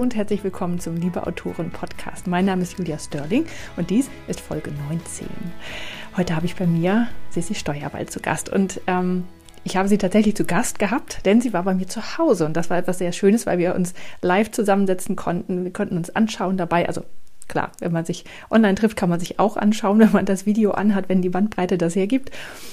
und herzlich willkommen zum Liebe Autoren Podcast. Mein Name ist Julia Störling und dies ist Folge 19. Heute habe ich bei mir Sissi Steuerwald zu Gast und ich habe sie tatsächlich zu Gast gehabt, denn sie war bei mir zu Hause und das war etwas sehr Schönes, weil wir uns live zusammensetzen konnten. Wir konnten uns anschauen dabei, also klar, wenn man sich online trifft, kann man sich auch anschauen, wenn man das Video anhat, wenn die Bandbreite das hergibt.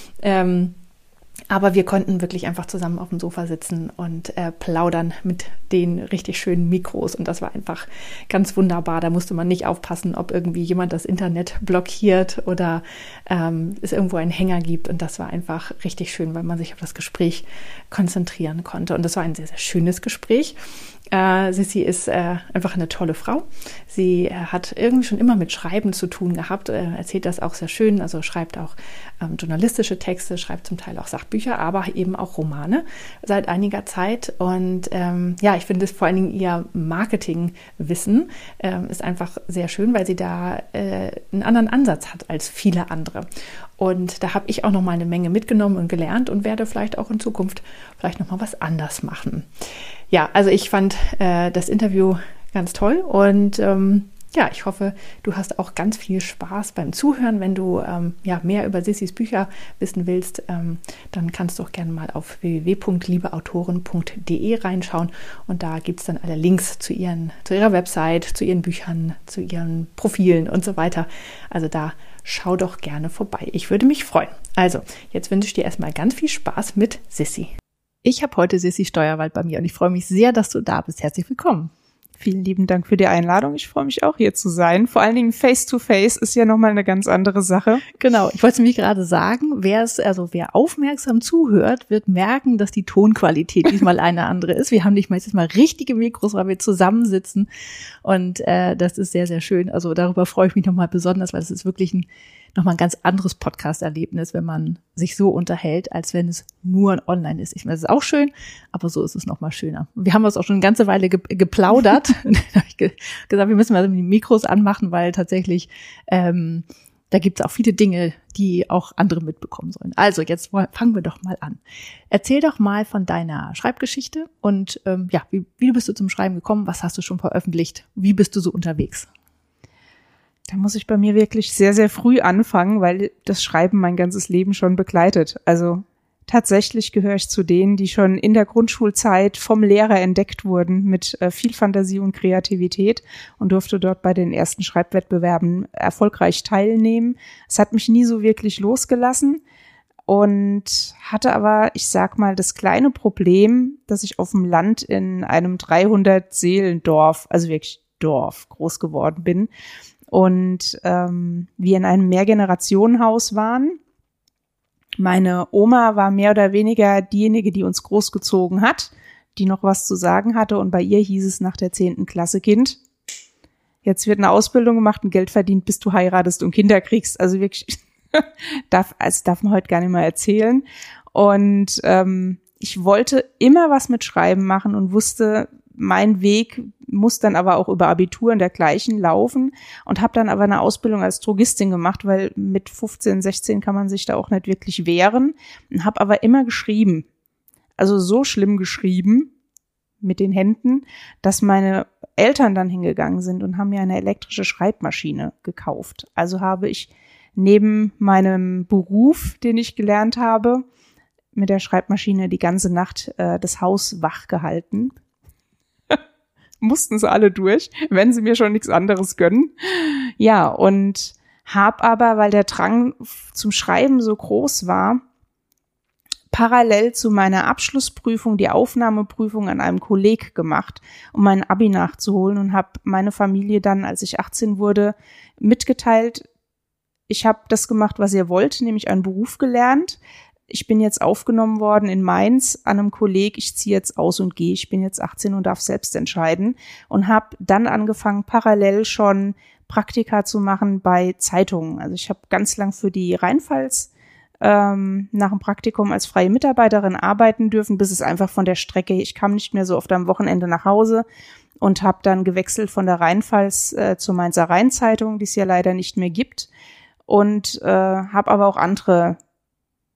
Aber wir konnten wirklich einfach zusammen auf dem Sofa sitzen und plaudern mit den richtig schönen Mikros. Und das war einfach ganz wunderbar. Da musste man nicht aufpassen, ob irgendwie jemand das Internet blockiert oder es irgendwo einen Hänger gibt. Und das war einfach richtig schön, weil man sich auf das Gespräch konzentrieren konnte. Und das war ein sehr, sehr schönes Gespräch. Sissi ist einfach eine tolle Frau. Sie hat irgendwie schon immer mit Schreiben zu tun gehabt, erzählt das auch sehr schön, also schreibt auch journalistische Texte, schreibt zum Teil auch Sachbücher, aber eben auch Romane seit einiger Zeit. Und ich finde es vor allen Dingen ihr Marketingwissen ist einfach sehr schön, weil sie da einen anderen Ansatz hat als viele andere. Und da habe ich auch noch mal eine Menge mitgenommen und gelernt und werde vielleicht auch in Zukunft vielleicht noch mal was anders machen. Ja, also ich fand das Interview ganz toll und ich hoffe, du hast auch ganz viel Spaß beim Zuhören. Wenn du mehr über Sissis Bücher wissen willst, dann kannst du auch gerne mal auf www.liebeautoren.de reinschauen und da gibt es dann alle Links zu ihrer Website, zu ihren Büchern, zu ihren Profilen und so weiter. Also da schau doch gerne vorbei. Ich würde mich freuen. Also, jetzt wünsche ich dir erstmal ganz viel Spaß mit Sissi. Ich habe heute Sissi Steuerwald bei mir und ich freue mich sehr, dass du da bist. Herzlich willkommen. Vielen lieben Dank für die Einladung. Ich freue mich auch, hier zu sein. Vor allen Dingen Face-to-Face ist ja nochmal eine ganz andere Sache. Genau, ich wollte es nämlich gerade sagen, wer aufmerksam zuhört, wird merken, dass die Tonqualität diesmal eine andere ist. Wir haben nicht meistens mal richtige Mikros, weil wir zusammensitzen und das ist sehr, sehr schön. Also darüber freue ich mich nochmal besonders, weil es ist wirklich nochmal ein ganz anderes Podcast-Erlebnis, wenn man sich so unterhält, als wenn es nur online ist. Ich meine, das ist auch schön, aber so ist es nochmal schöner. Wir haben uns auch schon eine ganze Weile geplaudert. Da habe ich gesagt, wir müssen mal die Mikros anmachen, weil tatsächlich da gibt es auch viele Dinge, die auch andere mitbekommen sollen. Also jetzt fangen wir doch mal an. Erzähl doch mal von deiner Schreibgeschichte und wie bist du zum Schreiben gekommen? Was hast du schon veröffentlicht? Wie bist du so unterwegs? Da muss ich bei mir wirklich sehr, sehr früh anfangen, weil das Schreiben mein ganzes Leben schon begleitet. Also tatsächlich gehöre ich zu denen, die schon in der Grundschulzeit vom Lehrer entdeckt wurden mit viel Fantasie und Kreativität und durfte dort bei den ersten Schreibwettbewerben erfolgreich teilnehmen. Es hat mich nie so wirklich losgelassen und hatte aber, ich sag mal, das kleine Problem, dass ich auf dem Land in einem 300-Seelendorf, also wirklich Dorf, groß geworden bin. Und wir in einem Mehrgenerationenhaus waren. Meine Oma war mehr oder weniger diejenige, die uns großgezogen hat, die noch was zu sagen hatte. Und bei ihr hieß es nach der 10. Klasse, Kind, jetzt wird eine Ausbildung gemacht und Geld verdient, bis du heiratest und Kinder kriegst. Also wirklich, darf man heute gar nicht mehr erzählen. Und ich wollte immer was mit Schreiben machen und wusste, mein Weg muss dann aber auch über Abitur und dergleichen laufen und habe dann aber eine Ausbildung als Drogistin gemacht, weil mit 15, 16 kann man sich da auch nicht wirklich wehren und habe aber immer geschrieben. Also so schlimm geschrieben mit den Händen, dass meine Eltern dann hingegangen sind und haben mir eine elektrische Schreibmaschine gekauft. Also habe ich neben meinem Beruf, den ich gelernt habe, mit der Schreibmaschine die ganze Nacht das Haus wach gehalten. Mussten sie alle durch, wenn sie mir schon nichts anderes gönnen. Ja, und habe aber, weil der Drang zum Schreiben so groß war, parallel zu meiner Abschlussprüfung die Aufnahmeprüfung an einem Kolleg gemacht, um mein Abi nachzuholen und habe meine Familie dann, als ich 18 wurde, mitgeteilt, ich habe das gemacht, was ihr wollt, nämlich einen Beruf gelernt. Ich bin jetzt aufgenommen worden in Mainz an einem Kolleg, ich ziehe jetzt aus und gehe, ich bin jetzt 18 und darf selbst entscheiden und habe dann angefangen, parallel schon Praktika zu machen bei Zeitungen. Also ich habe ganz lang für die Rheinpfalz nach dem Praktikum als freie Mitarbeiterin arbeiten dürfen, bis es einfach von der Strecke, ich kam nicht mehr so oft am Wochenende nach Hause und habe dann gewechselt von der Rheinpfalz zur Mainzer Rheinzeitung, die es ja leider nicht mehr gibt und habe aber auch andere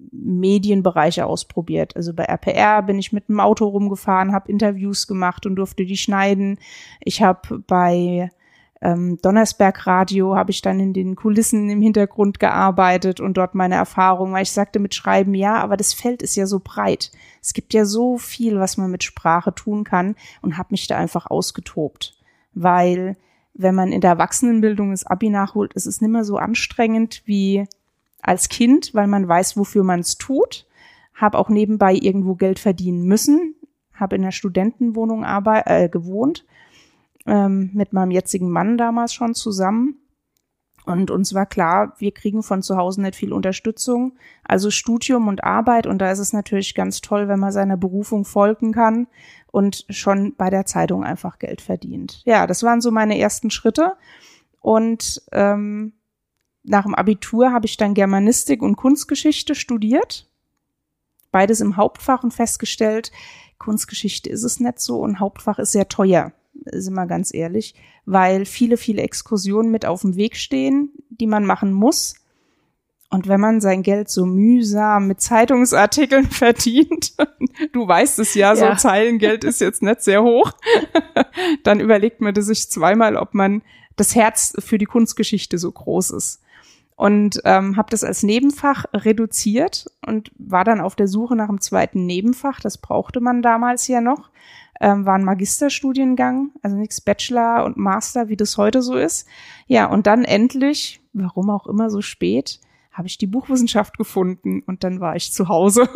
Medienbereiche ausprobiert. Also bei RPR bin ich mit dem Auto rumgefahren, habe Interviews gemacht und durfte die schneiden. Ich habe bei Donnersberg Radio habe ich dann in den Kulissen im Hintergrund gearbeitet und dort meine Erfahrungen, weil ich sagte mit Schreiben ja, aber das Feld ist ja so breit. Es gibt ja so viel, was man mit Sprache tun kann und habe mich da einfach ausgetobt. Weil wenn man in der Erwachsenenbildung das Abi nachholt, ist es nicht mehr so anstrengend wie als Kind, weil man weiß, wofür man es tut. Habe auch nebenbei irgendwo Geld verdienen müssen. Habe in einer Studentenwohnung gewohnt. Mit meinem jetzigen Mann damals schon zusammen. Und uns war klar, wir kriegen von zu Hause nicht viel Unterstützung. Also Studium und Arbeit. Und da ist es natürlich ganz toll, wenn man seiner Berufung folgen kann und schon bei der Zeitung einfach Geld verdient. Ja, das waren so meine ersten Schritte. Und nach dem Abitur habe ich dann Germanistik und Kunstgeschichte studiert. Beides im Hauptfach und festgestellt, Kunstgeschichte ist es nicht so und Hauptfach ist sehr teuer. Sind wir ganz ehrlich, weil viele Exkursionen mit auf dem Weg stehen, die man machen muss. Und wenn man sein Geld so mühsam mit Zeitungsartikeln verdient, du weißt es ja, so Zeilengeld ist jetzt nicht sehr hoch, dann überlegt man sich zweimal, ob man das Herz für die Kunstgeschichte so groß ist. Und habe das als Nebenfach reduziert und war dann auf der Suche nach einem zweiten Nebenfach. Das brauchte man damals ja noch. War ein Magisterstudiengang, also nichts Bachelor und Master, wie das heute so ist. Ja, und dann endlich, warum auch immer so spät, habe ich die Buchwissenschaft gefunden und dann war ich zu Hause.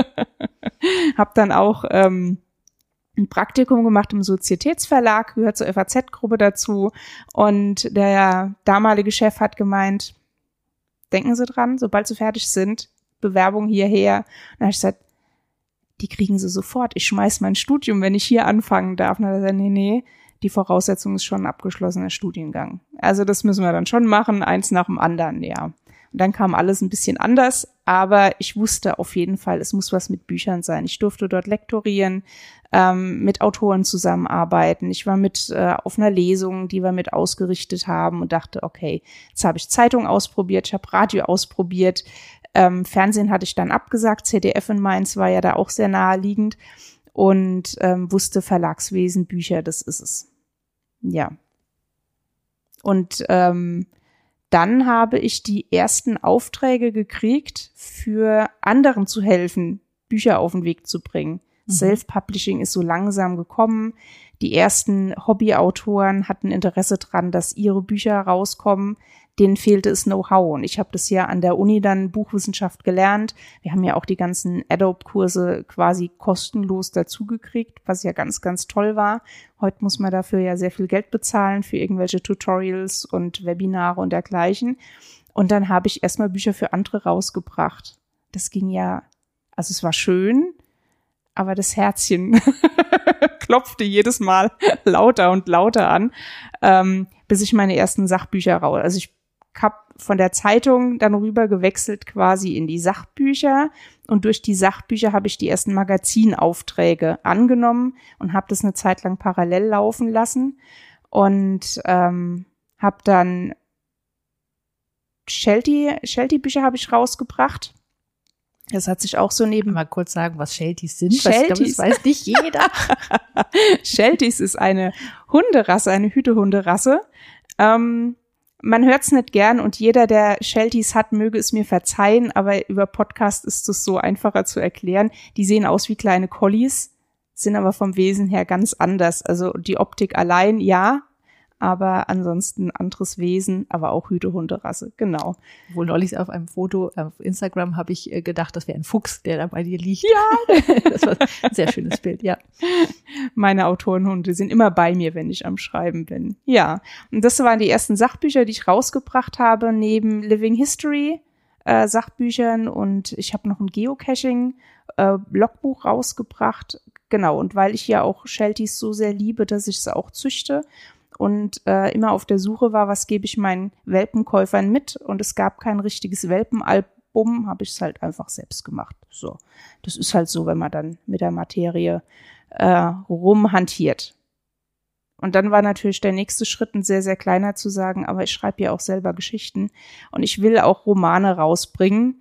Habe dann auch ein Praktikum gemacht im Sozietätsverlag, gehört zur FAZ-Gruppe dazu. Und der damalige Chef hat gemeint, denken Sie dran, sobald Sie fertig sind, Bewerbung hierher. Dann habe ich gesagt, die kriegen Sie sofort. Ich schmeiß mein Studium, wenn ich hier anfangen darf. Und dann hat er gesagt, nee, die Voraussetzung ist schon ein abgeschlossener Studiengang. Also das müssen wir dann schon machen, eins nach dem anderen, ja. Und dann kam alles ein bisschen anders, aber ich wusste auf jeden Fall, es muss was mit Büchern sein. Ich durfte dort lektorieren, mit Autoren zusammenarbeiten. Ich war mit auf einer Lesung, die wir mit ausgerichtet haben und dachte, okay, jetzt habe ich Zeitung ausprobiert, ich habe Radio ausprobiert, Fernsehen hatte ich dann abgesagt, ZDF in Mainz war ja da auch sehr naheliegend und wusste Verlagswesen, Bücher, das ist es. Ja. Und dann habe ich die ersten Aufträge gekriegt, für anderen zu helfen, Bücher auf den Weg zu bringen. Self-Publishing ist so langsam gekommen. Die ersten Hobbyautoren hatten Interesse dran, dass ihre Bücher rauskommen. Denen fehlte es Know-how. Und ich habe das ja an der Uni dann Buchwissenschaft gelernt. Wir haben ja auch die ganzen Adobe-Kurse quasi kostenlos dazugekriegt, was ja ganz, ganz toll war. Heute muss man dafür ja sehr viel Geld bezahlen für irgendwelche Tutorials und Webinare und dergleichen. Und dann habe ich erstmal Bücher für andere rausgebracht. Das ging ja, also es war schön, aber das Herzchen klopfte jedes Mal lauter und lauter an, bis ich meine ersten Sachbücher raus. Also ich habe von der Zeitung dann rüber gewechselt quasi in die Sachbücher und durch die Sachbücher habe ich die ersten Magazinaufträge angenommen und habe das eine Zeit lang parallel laufen lassen und habe dann Sheltie-Bücher habe ich rausgebracht. Das hat sich auch so mal kurz sagen, was Shelties sind. Shelties. Das weiß nicht jeder. Shelties ist eine Hunderasse, eine Hütehunderasse. Man hört's nicht gern und jeder, der Shelties hat, möge es mir verzeihen, aber über Podcast ist es so einfacher zu erklären. Die sehen aus wie kleine Collies, sind aber vom Wesen her ganz anders. Also die Optik allein, ja, aber ansonsten anderes Wesen, aber auch Hütehunderasse, genau. Wohl neulich auf einem Foto auf Instagram habe ich gedacht, das wäre ein Fuchs, der da bei dir liegt. Ja. Das war ein sehr schönes Bild, ja. Meine Autorenhunde sind immer bei mir, wenn ich am Schreiben bin. Ja, und das waren die ersten Sachbücher, die ich rausgebracht habe, neben Living History Sachbüchern und ich habe noch ein Geocaching Logbuch rausgebracht. Genau, und weil ich ja auch Shelties so sehr liebe, dass ich sie auch züchte und immer auf der Suche war, was gebe ich meinen Welpenkäufern mit und es gab kein richtiges Welpenalbum, habe ich es halt einfach selbst gemacht. So, das ist halt so, wenn man dann mit der Materie rumhantiert. Und dann war natürlich der nächste Schritt, ein sehr, sehr kleiner zu sagen, aber ich schreibe ja auch selber Geschichten und ich will auch Romane rausbringen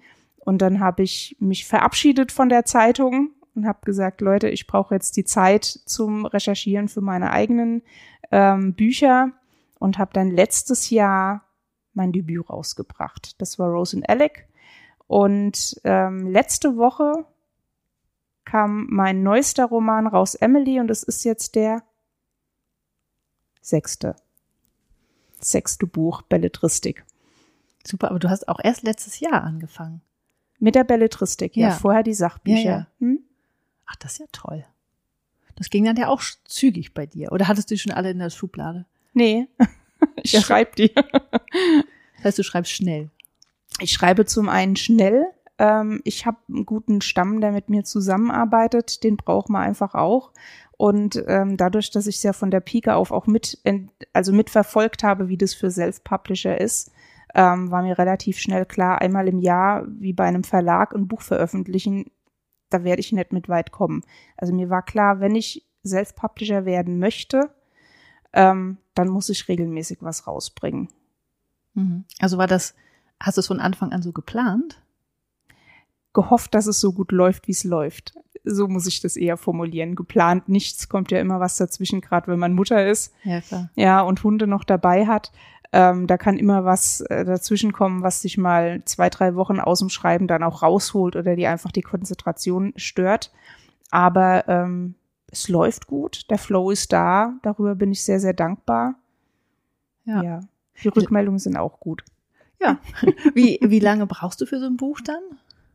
Und dann habe ich mich verabschiedet von der Zeitung und habe gesagt, Leute, ich brauche jetzt die Zeit zum Recherchieren für meine eigenen Bücher und habe dann letztes Jahr mein Debüt rausgebracht. Das war Rose and Alec. Und letzte Woche kam mein neuester Roman raus, Emily, und es ist jetzt der sechste Buch, Belletristik. Super, aber du hast auch erst letztes Jahr angefangen. Mit der Belletristik, ja. Vorher die Sachbücher. Ja. Ach, das ist ja toll. Das ging dann ja auch zügig bei dir. Oder hattest du die schon alle in der Schublade? Nee, ich schreibe die. Das heißt, du schreibst schnell. Ich schreibe zum einen schnell. Ich habe einen guten Stamm, der mit mir zusammenarbeitet. Den braucht man einfach auch. Und dadurch, dass ich es ja von der Pike auf auch mitverfolgt habe, wie das für Self-Publisher ist, war mir relativ schnell klar, einmal im Jahr, wie bei einem Verlag, ein Buch veröffentlichen, da werde ich nicht mit weit kommen. Also mir war klar, wenn ich Self-Publisher werden möchte, dann muss ich regelmäßig was rausbringen. Also hast du es von Anfang an so geplant? Gehofft, dass es so gut läuft, wie es läuft. So muss ich das eher formulieren. Geplant nichts, kommt ja immer was dazwischen, gerade wenn man Mutter ist. Ja, klar. Ja, und Hunde noch dabei hat. Da kann immer was dazwischen kommen, was sich mal 2-3 Wochen aus dem Schreiben dann auch rausholt oder die einfach die Konzentration stört. Aber es läuft gut, der Flow ist da, darüber bin ich sehr, sehr dankbar. Ja. Die Rückmeldungen sind auch gut. Ja. Wie lange brauchst du für so ein Buch dann?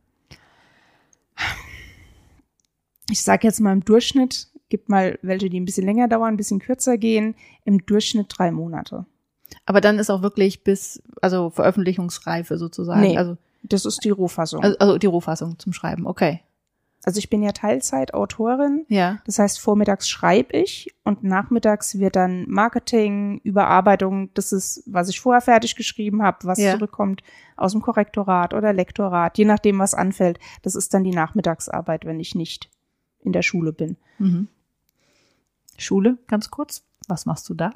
Ich sage jetzt mal im Durchschnitt, gibt mal welche, die ein bisschen länger dauern, ein bisschen kürzer gehen, im Durchschnitt 3 Monate. Aber dann ist auch wirklich also Veröffentlichungsreife sozusagen. Nee, also das ist die Rohfassung. Also die Rohfassung zum Schreiben, okay. Also ich bin ja Teilzeitautorin. Ja. Das heißt, vormittags schreibe ich und nachmittags wird dann Marketing, Überarbeitung, das ist, was ich vorher fertig geschrieben habe, was zurückkommt aus dem Korrektorat oder Lektorat, je nachdem, was anfällt. Das ist dann die Nachmittagsarbeit, wenn ich nicht in der Schule bin. Schule, ganz kurz. Was machst du da?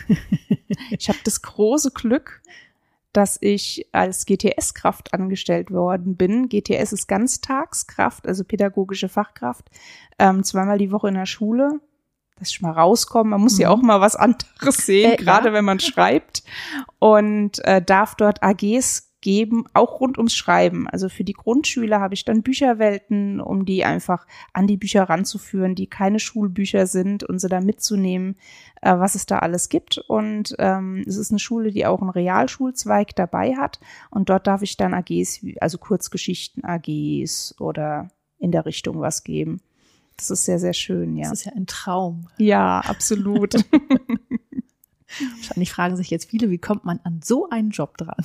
Ich habe das große Glück, dass ich als GTS-Kraft angestellt worden bin. GTS ist Ganztagskraft, also pädagogische Fachkraft, 2-mal die Woche in der Schule, dass ich mal rauskomme. Man muss ja auch mal was anderes sehen, gerade wenn man schreibt. Und darf dort AGs geben, auch rund ums Schreiben. Also für die Grundschüler habe ich dann Bücherwelten, um die einfach an die Bücher ranzuführen, die keine Schulbücher sind und sie da mitzunehmen, was es da alles gibt. Und es ist eine Schule, die auch einen Realschulzweig dabei hat. Und dort darf ich dann AGs, also Kurzgeschichten-AGs oder in der Richtung was geben. Das ist sehr, sehr schön, ja. Das ist ja ein Traum. Ja, absolut. Wahrscheinlich fragen sich jetzt viele, wie kommt man an so einen Job dran?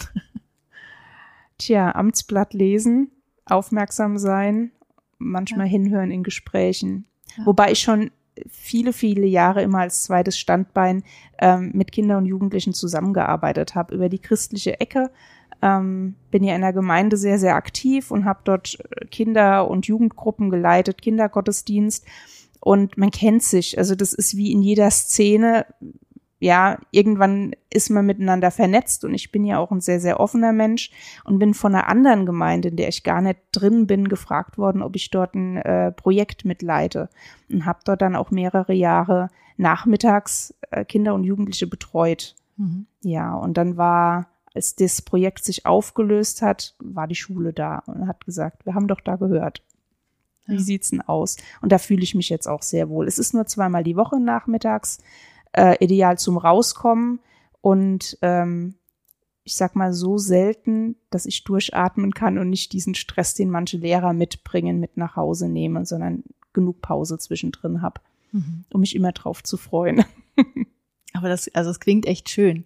Tja, Amtsblatt lesen, aufmerksam sein, manchmal hinhören in Gesprächen. Ja. Wobei ich schon viele, viele Jahre immer als zweites Standbein mit Kindern und Jugendlichen zusammengearbeitet habe. Über die christliche Ecke bin ja in der Gemeinde sehr, sehr aktiv und habe dort Kinder- und Jugendgruppen geleitet, Kindergottesdienst. Und man kennt sich. Also das ist wie in jeder Szene. Ja, irgendwann ist man miteinander vernetzt und ich bin ja auch ein sehr, sehr offener Mensch und bin von einer anderen Gemeinde, in der ich gar nicht drin bin, gefragt worden, ob ich dort ein Projekt mitleite und habe dort dann auch mehrere Jahre nachmittags Kinder und Jugendliche betreut. Ja, und dann als das Projekt sich aufgelöst hat, war die Schule da und hat gesagt, wir haben doch da gehört. Wie sieht's denn aus? Und da fühle ich mich jetzt auch sehr wohl. Es ist nur 2-mal die Woche nachmittags, ideal zum Rauskommen und ich sag mal so selten, dass ich durchatmen kann und nicht diesen Stress, den manche Lehrer mitbringen, mit nach Hause nehme, sondern genug Pause zwischendrin habe, um mich immer drauf zu freuen. Aber es klingt echt schön.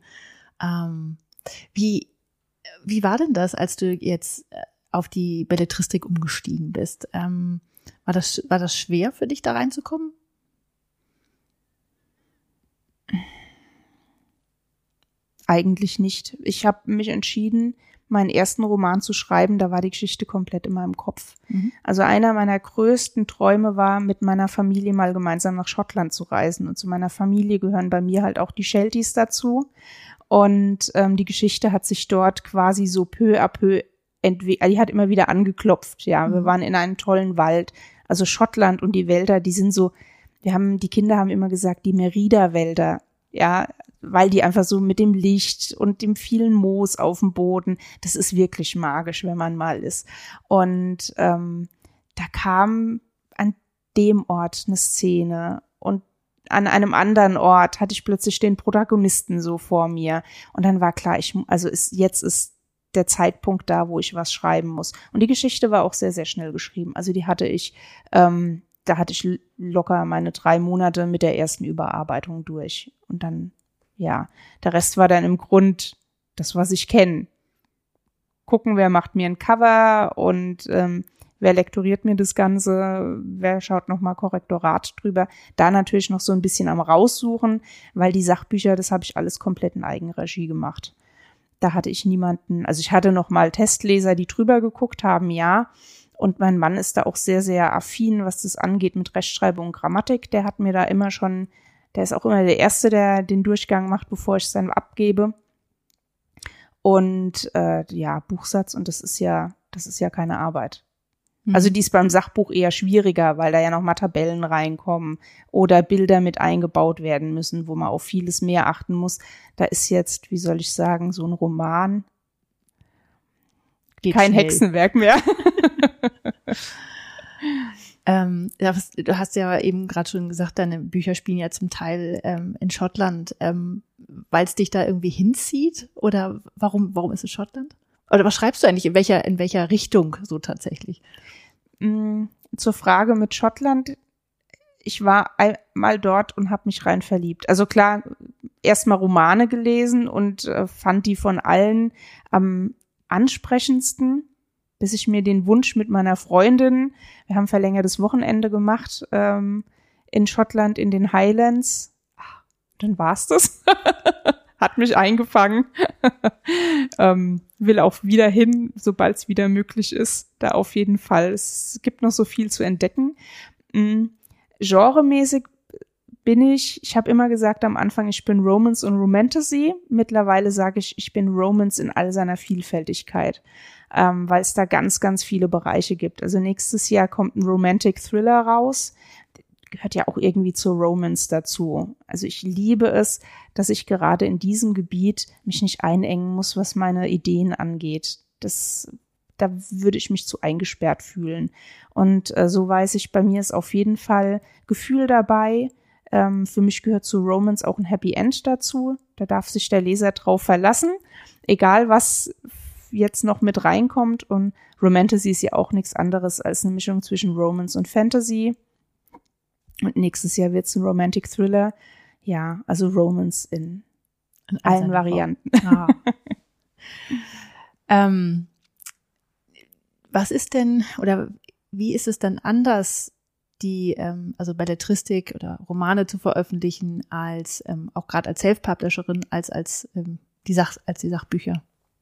Wie war denn das, als du jetzt auf die Belletristik umgestiegen bist? War das schwer für dich, da reinzukommen? Eigentlich nicht. Ich habe mich entschieden, meinen ersten Roman zu schreiben. Da war die Geschichte komplett in meinem Kopf. Also einer meiner größten Träume war, mit meiner Familie mal gemeinsam nach Schottland zu reisen. Und zu meiner Familie gehören bei mir halt auch die Shelties dazu. Und die Geschichte hat sich dort quasi so peu à peu die hat immer wieder angeklopft, ja. Wir waren in einem tollen Wald. Also Schottland und die Wälder, die sind so, die Kinder haben immer gesagt, die Merida-Wälder, ja, weil die einfach so mit dem Licht und dem vielen Moos auf dem Boden, das ist wirklich magisch, wenn man mal ist. Und da kam an dem Ort eine Szene und an einem anderen Ort hatte ich plötzlich den Protagonisten so vor mir. Und dann war klar, jetzt ist der Zeitpunkt da, wo ich was schreiben muss. Und die Geschichte war auch sehr, sehr schnell geschrieben. Also da hatte ich locker meine 3 Monate mit der ersten Überarbeitung durch. Und dann, ja, der Rest war dann im Grund das, was ich kenne. Gucken, wer macht mir ein Cover und wer lektoriert mir das Ganze, wer schaut nochmal Korrektorat drüber. Da natürlich noch so ein bisschen am Raussuchen, weil die Sachbücher, das habe ich alles komplett in Eigenregie gemacht. Da hatte ich niemanden, also ich hatte noch mal Testleser, die drüber geguckt haben, ja. Und mein Mann ist da auch sehr, sehr affin, was das angeht mit Rechtschreibung und Grammatik. Der hat mir da immer schon, der ist auch immer der Erste, der den Durchgang macht, bevor ich es dann abgebe. Und Buchsatz, und das ist ja keine Arbeit. Also die ist beim Sachbuch eher schwieriger, weil da ja noch mal Tabellen reinkommen oder Bilder mit eingebaut werden müssen, wo man auf vieles mehr achten muss. Da ist jetzt, wie soll ich sagen, so ein Roman Geht kein schnell. Hexenwerk mehr. Du hast ja eben gerade schon gesagt, deine Bücher spielen ja zum Teil in Schottland, weil es dich da irgendwie hinzieht? Oder warum ist es Schottland? Oder was schreibst du eigentlich, in welcher Richtung so tatsächlich? Zur Frage mit Schottland, ich war einmal dort und habe mich rein verliebt. Also klar, erstmal Romane gelesen und fand die von allen am ansprechendsten, bis ich mir den Wunsch mit meiner Freundin, wir haben verlängertes Wochenende gemacht, in Schottland in den Highlands, dann war's das. Hat mich eingefangen. Will auch wieder hin, sobald es wieder möglich ist. Da auf jeden Fall. Es gibt noch so viel zu entdecken. Genremäßig ich habe immer gesagt am Anfang, ich bin Romance und Romantasy. Mittlerweile sage ich bin Romance in all seiner Vielfältigkeit, weil es da ganz, ganz viele Bereiche gibt. Also nächstes Jahr kommt ein Romantic Thriller raus. Gehört ja auch irgendwie zur Romance dazu. Also ich liebe es, dass ich gerade in diesem Gebiet mich nicht einengen muss, was meine Ideen angeht. Da würde ich mich zu eingesperrt fühlen. Und so weiß ich, bei mir ist auf jeden Fall Gefühl dabei. Für mich gehört zu Romance auch ein Happy End dazu. Da darf sich der Leser drauf verlassen. Egal, was jetzt noch mit reinkommt. Und Romantasy ist ja auch nichts anderes als eine Mischung zwischen Romance und Fantasy. Und nächstes Jahr wird es ein Romantic Thriller. Ja, also Romance in allen Varianten. Ah. Was ist denn, oder wie ist es denn anders, also Belletristik oder Romane zu veröffentlichen, als auch gerade als Self-Publisherin, als die Sachbücher?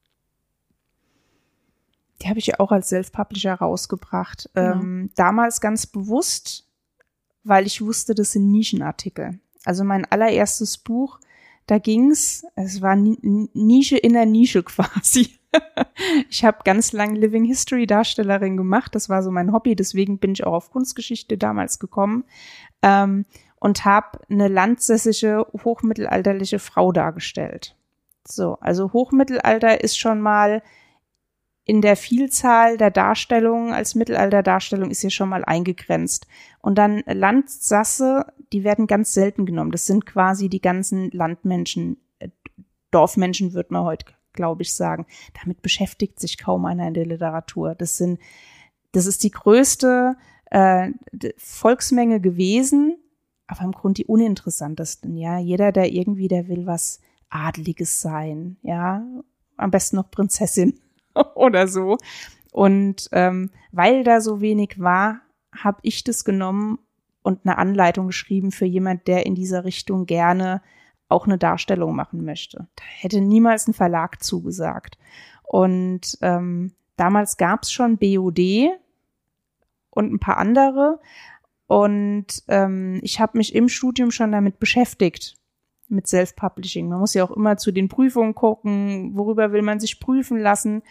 Die habe ich ja auch als Self-Publisher rausgebracht. Genau. Damals ganz bewusst, weil ich wusste, das sind Nischenartikel. Also mein allererstes Buch, da es war Nische in der Nische quasi. Ich habe ganz lange Living History Darstellerin gemacht, das war so mein Hobby, deswegen bin ich auch auf Kunstgeschichte damals gekommen und habe eine landsässige, hochmittelalterliche Frau dargestellt. So, also Hochmittelalter ist schon mal in der Vielzahl der Darstellungen als Mittelalterdarstellung ist hier schon mal eingegrenzt. Und dann Landsasse, die werden ganz selten genommen. Das sind quasi die ganzen Landmenschen, Dorfmenschen würde man heute, glaube ich, sagen. Damit beschäftigt sich kaum einer in der Literatur. Das ist die größte Volksmenge gewesen, aber im Grunde die uninteressantesten. Ja, jeder, der will was Adeliges sein. Ja, am besten noch Prinzessin oder so. Und weil da so wenig war, habe ich das genommen und eine Anleitung geschrieben für jemand, der in dieser Richtung gerne auch eine Darstellung machen möchte. Da hätte niemals ein Verlag zugesagt. Und damals gab es schon BOD und ein paar andere. Und ich habe mich im Studium schon damit beschäftigt, mit Self-Publishing. Man muss ja auch immer zu den Prüfungen gucken, worüber will man sich prüfen lassen.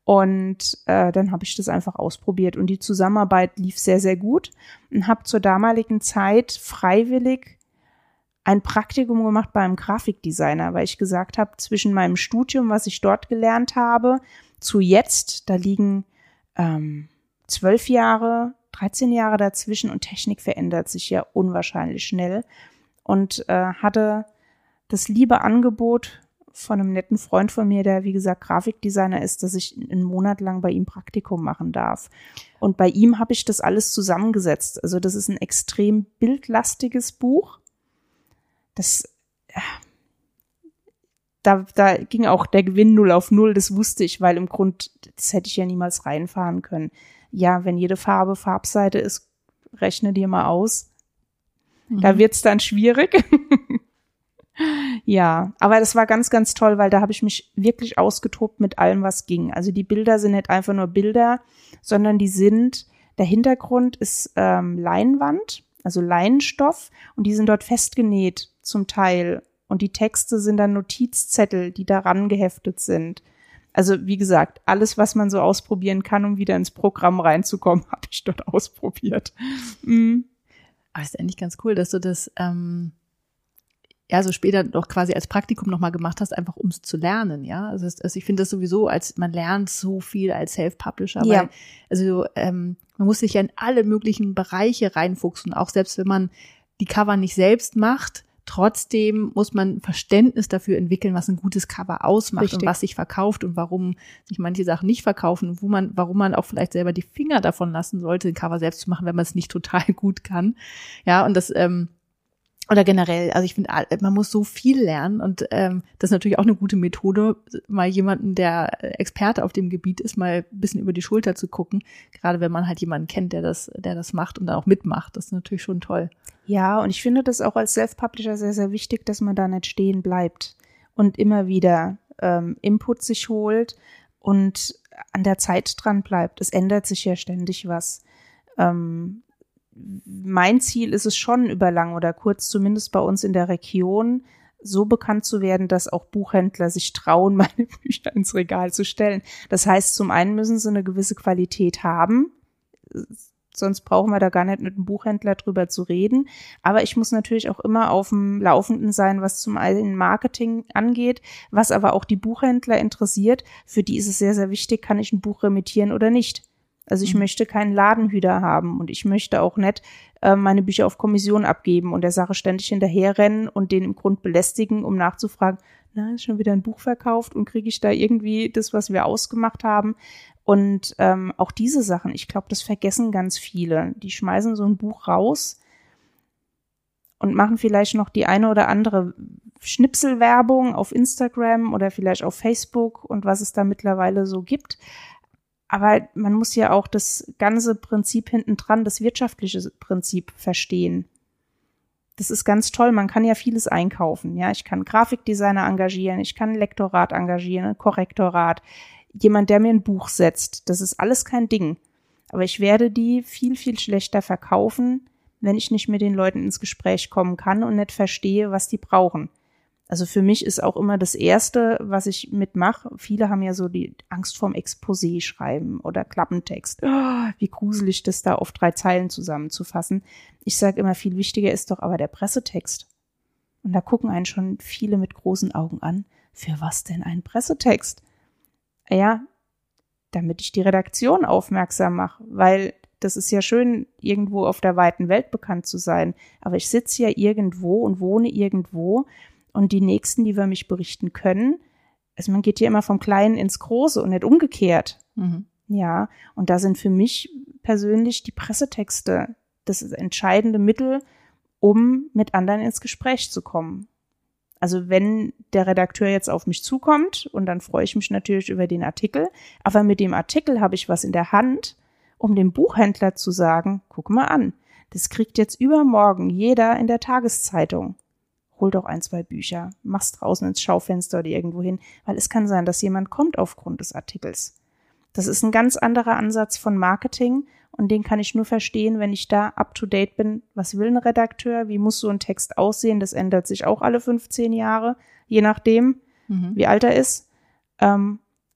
Und dann habe ich das einfach ausprobiert und die Zusammenarbeit lief sehr, sehr gut und habe zur damaligen Zeit freiwillig ein Praktikum gemacht bei einem Grafikdesigner, weil ich gesagt habe, zwischen meinem Studium, was ich dort gelernt habe, zu jetzt, da liegen 12 Jahre, 13 Jahre dazwischen und Technik verändert sich ja unwahrscheinlich schnell und hatte das liebe Angebot von einem netten Freund von mir, der wie gesagt Grafikdesigner ist, dass ich einen Monat lang bei ihm Praktikum machen darf. Und bei ihm habe ich das alles zusammengesetzt. Also das ist ein extrem bildlastiges Buch. Da ging auch der Gewinn 0 auf 0, das wusste ich, weil im Grund, das hätte ich ja niemals reinfahren können. Ja, wenn jede Farbe Farbseite ist, rechne dir mal aus. Da wird's dann schwierig. Ja, aber das war ganz, ganz toll, weil da habe ich mich wirklich ausgetobt mit allem, was ging. Also die Bilder sind nicht einfach nur Bilder, sondern der Hintergrund ist Leinwand, also Leinenstoff und die sind dort festgenäht zum Teil. Und die Texte sind dann Notizzettel, die daran geheftet sind. Also wie gesagt, alles, was man so ausprobieren kann, um wieder ins Programm reinzukommen, habe ich dort ausprobiert. Aber es ist eigentlich ganz cool, dass du das so später doch quasi als Praktikum nochmal gemacht hast, einfach um es zu lernen, ja. Also ich finde das sowieso, man lernt so viel als Self-Publisher, weil man muss sich ja in alle möglichen Bereiche reinfuchsen, auch selbst wenn man die Cover nicht selbst macht, trotzdem muss man Verständnis dafür entwickeln, was ein gutes Cover ausmacht. Richtig. Und was sich verkauft und warum sich manche Sachen nicht verkaufen und warum man auch vielleicht selber die Finger davon lassen sollte, ein Cover selbst zu machen, wenn man es nicht total gut kann. Ja, und das oder generell, also ich finde, man muss so viel lernen und das ist natürlich auch eine gute Methode, mal jemanden, der Experte auf dem Gebiet ist, mal ein bisschen über die Schulter zu gucken, gerade wenn man halt jemanden kennt, der das macht und dann auch mitmacht. Das ist natürlich schon toll. Ja, und ich finde das auch als Self-Publisher sehr, sehr wichtig, dass man da nicht stehen bleibt und immer wieder Input sich holt und an der Zeit dran bleibt. Es ändert sich ja ständig was. Mein Ziel ist es schon, über lang oder kurz, zumindest bei uns in der Region, so bekannt zu werden, dass auch Buchhändler sich trauen, meine Bücher ins Regal zu stellen. Das heißt, zum einen müssen sie eine gewisse Qualität haben, sonst brauchen wir da gar nicht mit einem Buchhändler drüber zu reden. Aber ich muss natürlich auch immer auf dem Laufenden sein, was zum einen Marketing angeht, was aber auch die Buchhändler interessiert. Für die ist es sehr, sehr wichtig, kann ich ein Buch remittieren oder nicht. Also ich möchte keinen Ladenhüter haben und ich möchte auch nicht meine Bücher auf Kommission abgeben und der Sache ständig hinterherrennen und den im Grund belästigen, um nachzufragen, ist schon wieder ein Buch verkauft und kriege ich da irgendwie das, was wir ausgemacht haben. Und auch diese Sachen, ich glaube, das vergessen ganz viele. Die schmeißen so ein Buch raus und machen vielleicht noch die eine oder andere Schnipselwerbung auf Instagram oder vielleicht auf Facebook und was es da mittlerweile so gibt. Aber man muss ja auch das ganze Prinzip hintendran, das wirtschaftliche Prinzip verstehen. Das ist ganz toll. Man kann ja vieles einkaufen. Ja, ich kann Grafikdesigner engagieren, ich kann ein Lektorat engagieren, ein Korrektorat, jemand, der mir ein Buch setzt. Das ist alles kein Ding. Aber ich werde die viel, viel schlechter verkaufen, wenn ich nicht mit den Leuten ins Gespräch kommen kann und nicht verstehe, was die brauchen. Also für mich ist auch immer das Erste, was ich mitmache, viele haben ja so die Angst vorm Exposé schreiben oder Klappentext. Oh, wie gruselig, das da auf 3 Zeilen zusammenzufassen. Ich sage immer, viel wichtiger ist doch aber der Pressetext. Und da gucken einen schon viele mit großen Augen an. Für was denn ein Pressetext? Ja, damit ich die Redaktion aufmerksam mache, weil das ist ja schön, irgendwo auf der weiten Welt bekannt zu sein. Aber ich sitze ja irgendwo und wohne irgendwo. Und die Nächsten, die über mich berichten können, also man geht ja immer vom Kleinen ins Große und nicht umgekehrt. Ja, und da sind für mich persönlich die Pressetexte das entscheidende Mittel, um mit anderen ins Gespräch zu kommen. Also wenn der Redakteur jetzt auf mich zukommt, und dann freue ich mich natürlich über den Artikel, aber mit dem Artikel habe ich was in der Hand, um dem Buchhändler zu sagen, guck mal an, das kriegt jetzt übermorgen jeder in der Tageszeitung. Hol doch 1, 2 Bücher, mach's draußen ins Schaufenster oder irgendwo hin, weil es kann sein, dass jemand kommt aufgrund des Artikels. Das ist ein ganz anderer Ansatz von Marketing und den kann ich nur verstehen, wenn ich da up to date bin. Was will ein Redakteur? Wie muss so ein Text aussehen? Das ändert sich auch alle 15 Jahre, je nachdem, wie alt er ist.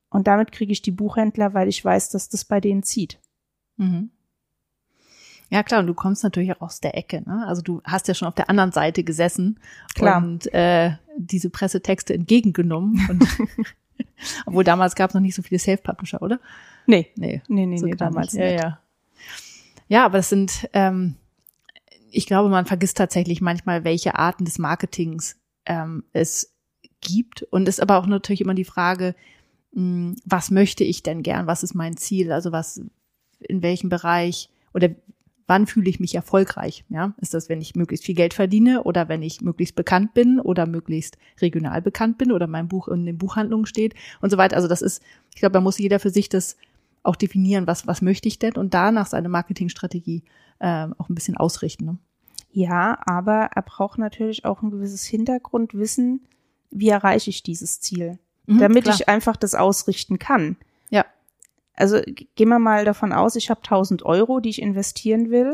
Und damit kriege ich die Buchhändler, weil ich weiß, dass das bei denen zieht. Mhm. Ja, klar, und du kommst natürlich auch aus der Ecke, ne? Also du hast ja schon auf der anderen Seite gesessen und diese Pressetexte entgegengenommen. Und obwohl damals gab es noch nicht so viele Self-Publisher, oder? Nee, so damals nicht. Ja, aber das sind, ich glaube, man vergisst tatsächlich manchmal, welche Arten des Marketings es gibt. Und es ist aber auch natürlich immer die Frage, was möchte ich denn gern? Was ist mein Ziel? Also in welchem Bereich oder wann fühle ich mich erfolgreich? Ja, ist das, wenn ich möglichst viel Geld verdiene oder wenn ich möglichst bekannt bin oder möglichst regional bekannt bin oder mein Buch in den Buchhandlungen steht und so weiter. Also das ist, ich glaube, da muss jeder für sich das auch definieren, was möchte ich denn und danach seine Marketingstrategie auch ein bisschen ausrichten. Ne? Ja, aber er braucht natürlich auch ein gewisses Hintergrundwissen, wie erreiche ich dieses Ziel, damit klar. Ich einfach das ausrichten kann. Ja. Also gehen wir mal davon aus, ich habe 1.000 Euro, die ich investieren will.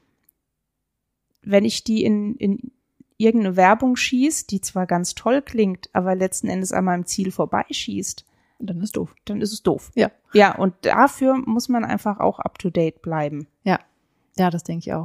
Wenn ich die in irgendeine Werbung schieße, die zwar ganz toll klingt, aber letzten Endes an meinem Ziel vorbeischießt, dann ist doof. Dann ist es doof. Ja. Ja, und dafür muss man einfach auch up to date bleiben. Ja, das denke ich auch.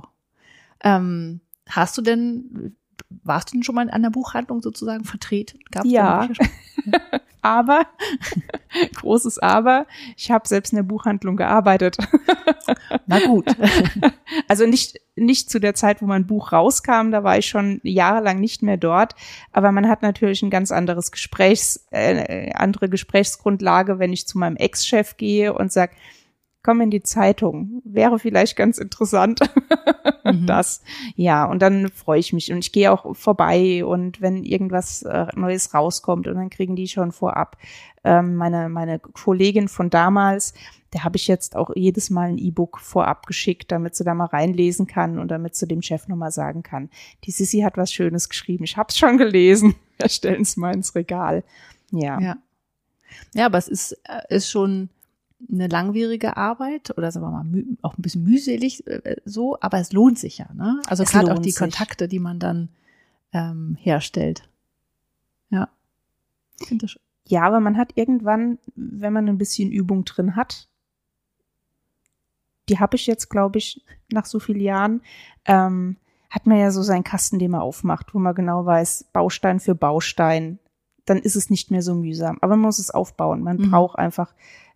Warst du denn schon mal in einer Buchhandlung sozusagen vertreten? Gab's ja. Aber, großes Aber, ich habe selbst in der Buchhandlung gearbeitet. Na gut. Also nicht zu der Zeit, wo mein Buch rauskam, da war ich schon jahrelang nicht mehr dort. Aber man hat natürlich ein ganz anderes andere Gesprächsgrundlage, wenn ich zu meinem Ex-Chef gehe und sage, komm in die Zeitung, wäre vielleicht ganz interessant. Das, ja, und dann freue ich mich und ich gehe auch vorbei und wenn irgendwas Neues rauskommt und dann kriegen die schon vorab meine Kollegin von damals, der habe ich jetzt auch jedes Mal ein E-Book vorab geschickt, damit sie da mal reinlesen kann und damit sie dem Chef nochmal sagen kann, die Sissi hat was Schönes geschrieben, ich habe es schon gelesen, wir stellen es mal ins Regal. Ja, aber es ist schon eine langwierige Arbeit oder sagen wir mal auch ein bisschen mühselig so, aber es lohnt sich ja, ne? Also gerade auch die Kontakte, die man dann herstellt. Ja. Ich finde das schon. Ja, aber man hat irgendwann, wenn man ein bisschen Übung drin hat, die habe ich jetzt, glaube ich, nach so vielen Jahren, hat man ja so seinen Kasten, den man aufmacht, wo man genau weiß, Baustein für Baustein, dann ist es nicht mehr so mühsam. Aber man muss es aufbauen. Man braucht einfach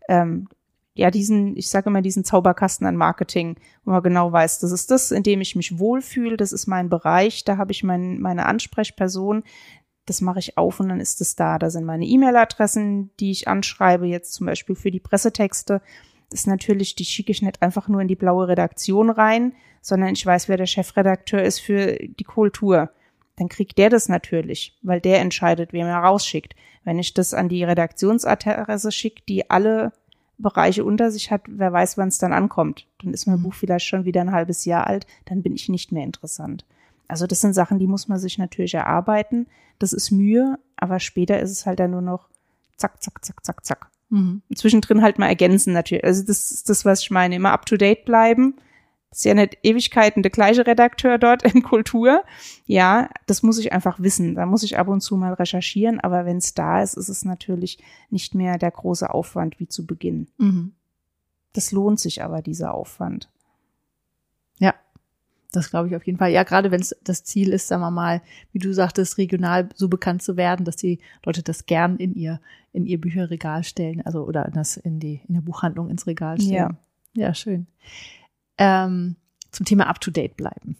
ich sage immer, diesen Zauberkasten an Marketing, wo man genau weiß, das ist das, in dem ich mich wohlfühle, das ist mein Bereich, da habe ich meine Ansprechperson, das mache ich auf und dann ist es da. Da sind meine E-Mail-Adressen, die ich anschreibe, jetzt zum Beispiel für die Pressetexte. Das ist natürlich, die schicke ich nicht einfach nur in die blaue Redaktion rein, sondern ich weiß, wer der Chefredakteur ist für die Kultur. Dann kriegt der das natürlich, weil der entscheidet, wem er rausschickt. Wenn ich das an die Redaktionsadresse schicke, die alle Bereiche unter sich hat, wer weiß, wann es dann ankommt. Dann ist mein Buch vielleicht schon wieder ein halbes Jahr alt, dann bin ich nicht mehr interessant. Also das sind Sachen, die muss man sich natürlich erarbeiten. Das ist Mühe, aber später ist es halt dann nur noch zack, zack, zack, zack, zack. Zwischendrin halt mal ergänzen natürlich. Also das ist das, was ich meine. Immer up to date bleiben. Das ist ja nicht Ewigkeiten der gleiche Redakteur dort in Kultur. Ja, das muss ich einfach wissen. Da muss ich ab und zu mal recherchieren. Aber wenn es da ist, ist es natürlich nicht mehr der große Aufwand wie zu Beginn. Das lohnt sich aber, dieser Aufwand. Ja, das glaube ich auf jeden Fall. Ja, gerade wenn es das Ziel ist, sagen wir mal, wie du sagtest, regional so bekannt zu werden, dass die Leute das gern in ihr Bücherregal stellen, also oder das in der Buchhandlung ins Regal stellen. Ja, schön. Zum Thema Up-to-Date bleiben.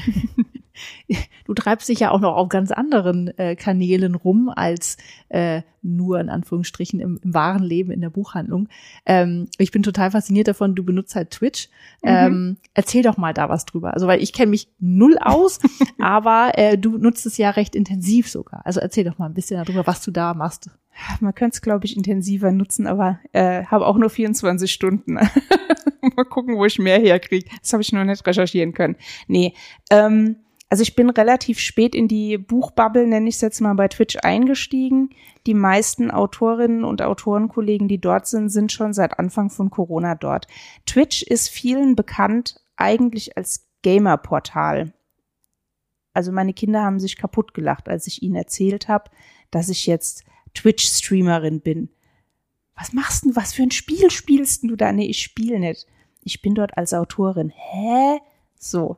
Du treibst dich ja auch noch auf ganz anderen Kanälen rum als nur in Anführungsstrichen im wahren Leben in der Buchhandlung. Ich bin total fasziniert davon, du benutzt halt Twitch. Erzähl doch mal da was drüber. Also weil ich kenne mich null aus, aber du nutzt es ja recht intensiv sogar. Also erzähl doch mal ein bisschen darüber, was du da machst. Man könnte es, glaube ich, intensiver nutzen, aber habe auch nur 24 Stunden. Mal gucken, wo ich mehr herkriege. Das habe ich noch nicht recherchieren können. Nee, also ich bin relativ spät in die Buchbubble, nenne ich es jetzt mal, bei Twitch eingestiegen. Die meisten Autorinnen und Autorenkollegen, die dort sind schon seit Anfang von Corona dort. Twitch ist vielen bekannt eigentlich als Gamer-Portal. Also meine Kinder haben sich kaputt gelacht, als ich ihnen erzählt habe, dass ich jetzt Twitch-Streamerin bin. was machst du, was für ein Spiel spielst du da? Nee, ich spiele nicht. Ich bin dort als Autorin. Hä? So.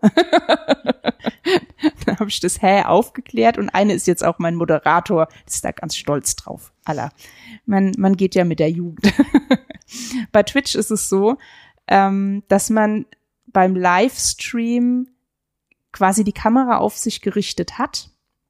Dann habe ich das aufgeklärt und eine ist jetzt auch mein Moderator. Ist da ganz stolz drauf. Man geht ja mit der Jugend. Bei Twitch ist es so, dass man beim Livestream quasi die Kamera auf sich gerichtet hat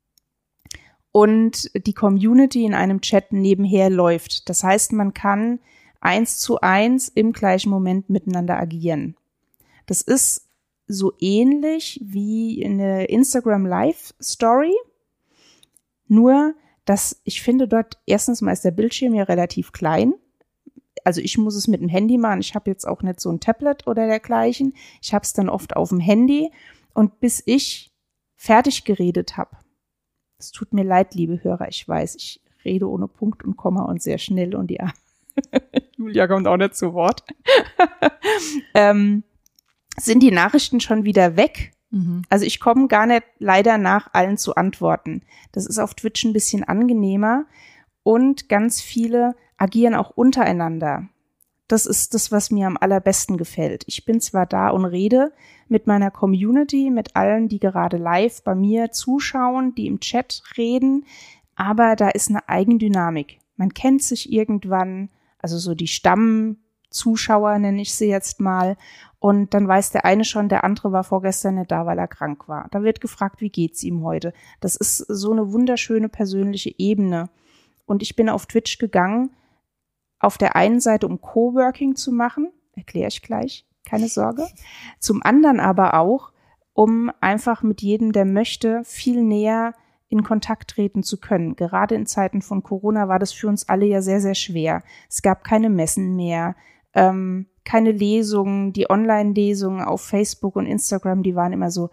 und die Community in einem Chat nebenher läuft. Das heißt, man kann 1:1 im gleichen Moment miteinander agieren. Das ist so ähnlich wie eine Instagram Live Story, nur dass ich finde dort erstens mal ist der Bildschirm ja relativ klein. Also ich muss es mit dem Handy machen. Ich habe jetzt auch nicht so ein Tablet oder dergleichen. Ich habe es dann oft auf dem Handy und bis ich fertig geredet habe. Es tut mir leid, liebe Hörer, ich weiß, ich rede ohne Punkt und Komma und sehr schnell und ja, Julia kommt auch nicht zu Wort. Sind die Nachrichten schon wieder weg. Also ich komme gar nicht leider nach allen zu antworten. Das ist auf Twitch ein bisschen angenehmer und ganz viele agieren auch untereinander. Das ist das, was mir am allerbesten gefällt. Ich bin zwar da und rede mit meiner Community, mit allen, die gerade live bei mir zuschauen, die im Chat reden, aber da ist eine Eigendynamik. Man kennt sich irgendwann, also so die Stammzuschauer nenne ich sie jetzt mal, und dann weiß der eine schon, der andere war vorgestern nicht da, weil er krank war. Da wird gefragt, wie geht's ihm heute? Das ist so eine wunderschöne persönliche Ebene. Und ich bin auf Twitch gegangen, auf der einen Seite, um Coworking zu machen, erkläre ich gleich, keine Sorge. Zum anderen aber auch, um einfach mit jedem, der möchte, viel näher in Kontakt treten zu können. Gerade in Zeiten von Corona war das für uns alle ja sehr, sehr schwer. Es gab keine Messen mehr, keine Lesungen, die Online-Lesungen auf Facebook und Instagram, die waren immer so,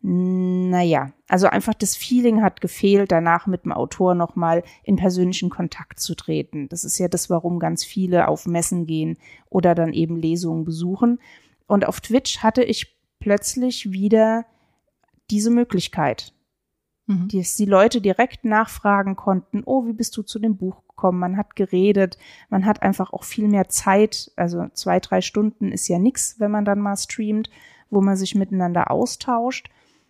naja, also einfach das Feeling hat gefehlt, danach mit dem Autor nochmal in persönlichen Kontakt zu treten. Das ist ja das, warum ganz viele auf Messen gehen oder dann eben Lesungen besuchen. Und auf Twitch hatte ich plötzlich wieder diese Möglichkeit, dass die Leute direkt nachfragen konnten, oh, wie bist du zu dem Buch gekommen? Man hat geredet, man hat einfach auch viel mehr Zeit, also 2-3 Stunden ist ja nix, wenn man dann mal streamt, wo man sich miteinander austauscht.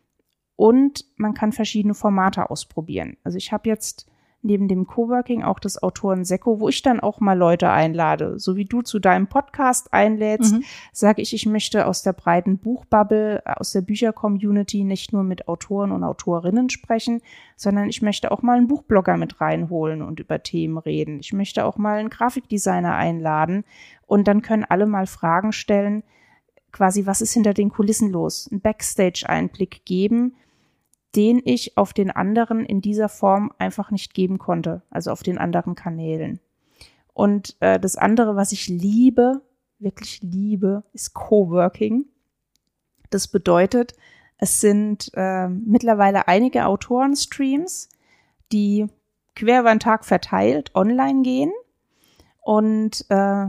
Und man kann verschiedene Formate ausprobieren. Also ich habe jetzt neben dem Coworking auch das Autoren-Sekko, wo ich dann auch mal Leute einlade. So wie du zu deinem Podcast einlädst, sage ich möchte aus der breiten Buchbubble, aus der Bücher-Community nicht nur mit Autoren und Autorinnen sprechen, sondern ich möchte auch mal einen Buchblogger mit reinholen und über Themen reden. Ich möchte auch mal einen Grafikdesigner einladen und dann können alle mal Fragen stellen, quasi, was ist hinter den Kulissen los? Einen Backstage-Einblick geben, den ich auf den anderen in dieser Form einfach nicht geben konnte, also auf den anderen Kanälen. Und das andere, was ich liebe, wirklich liebe, ist Coworking. Das bedeutet, es sind mittlerweile einige Autoren-Streams, die quer über den Tag verteilt online gehen und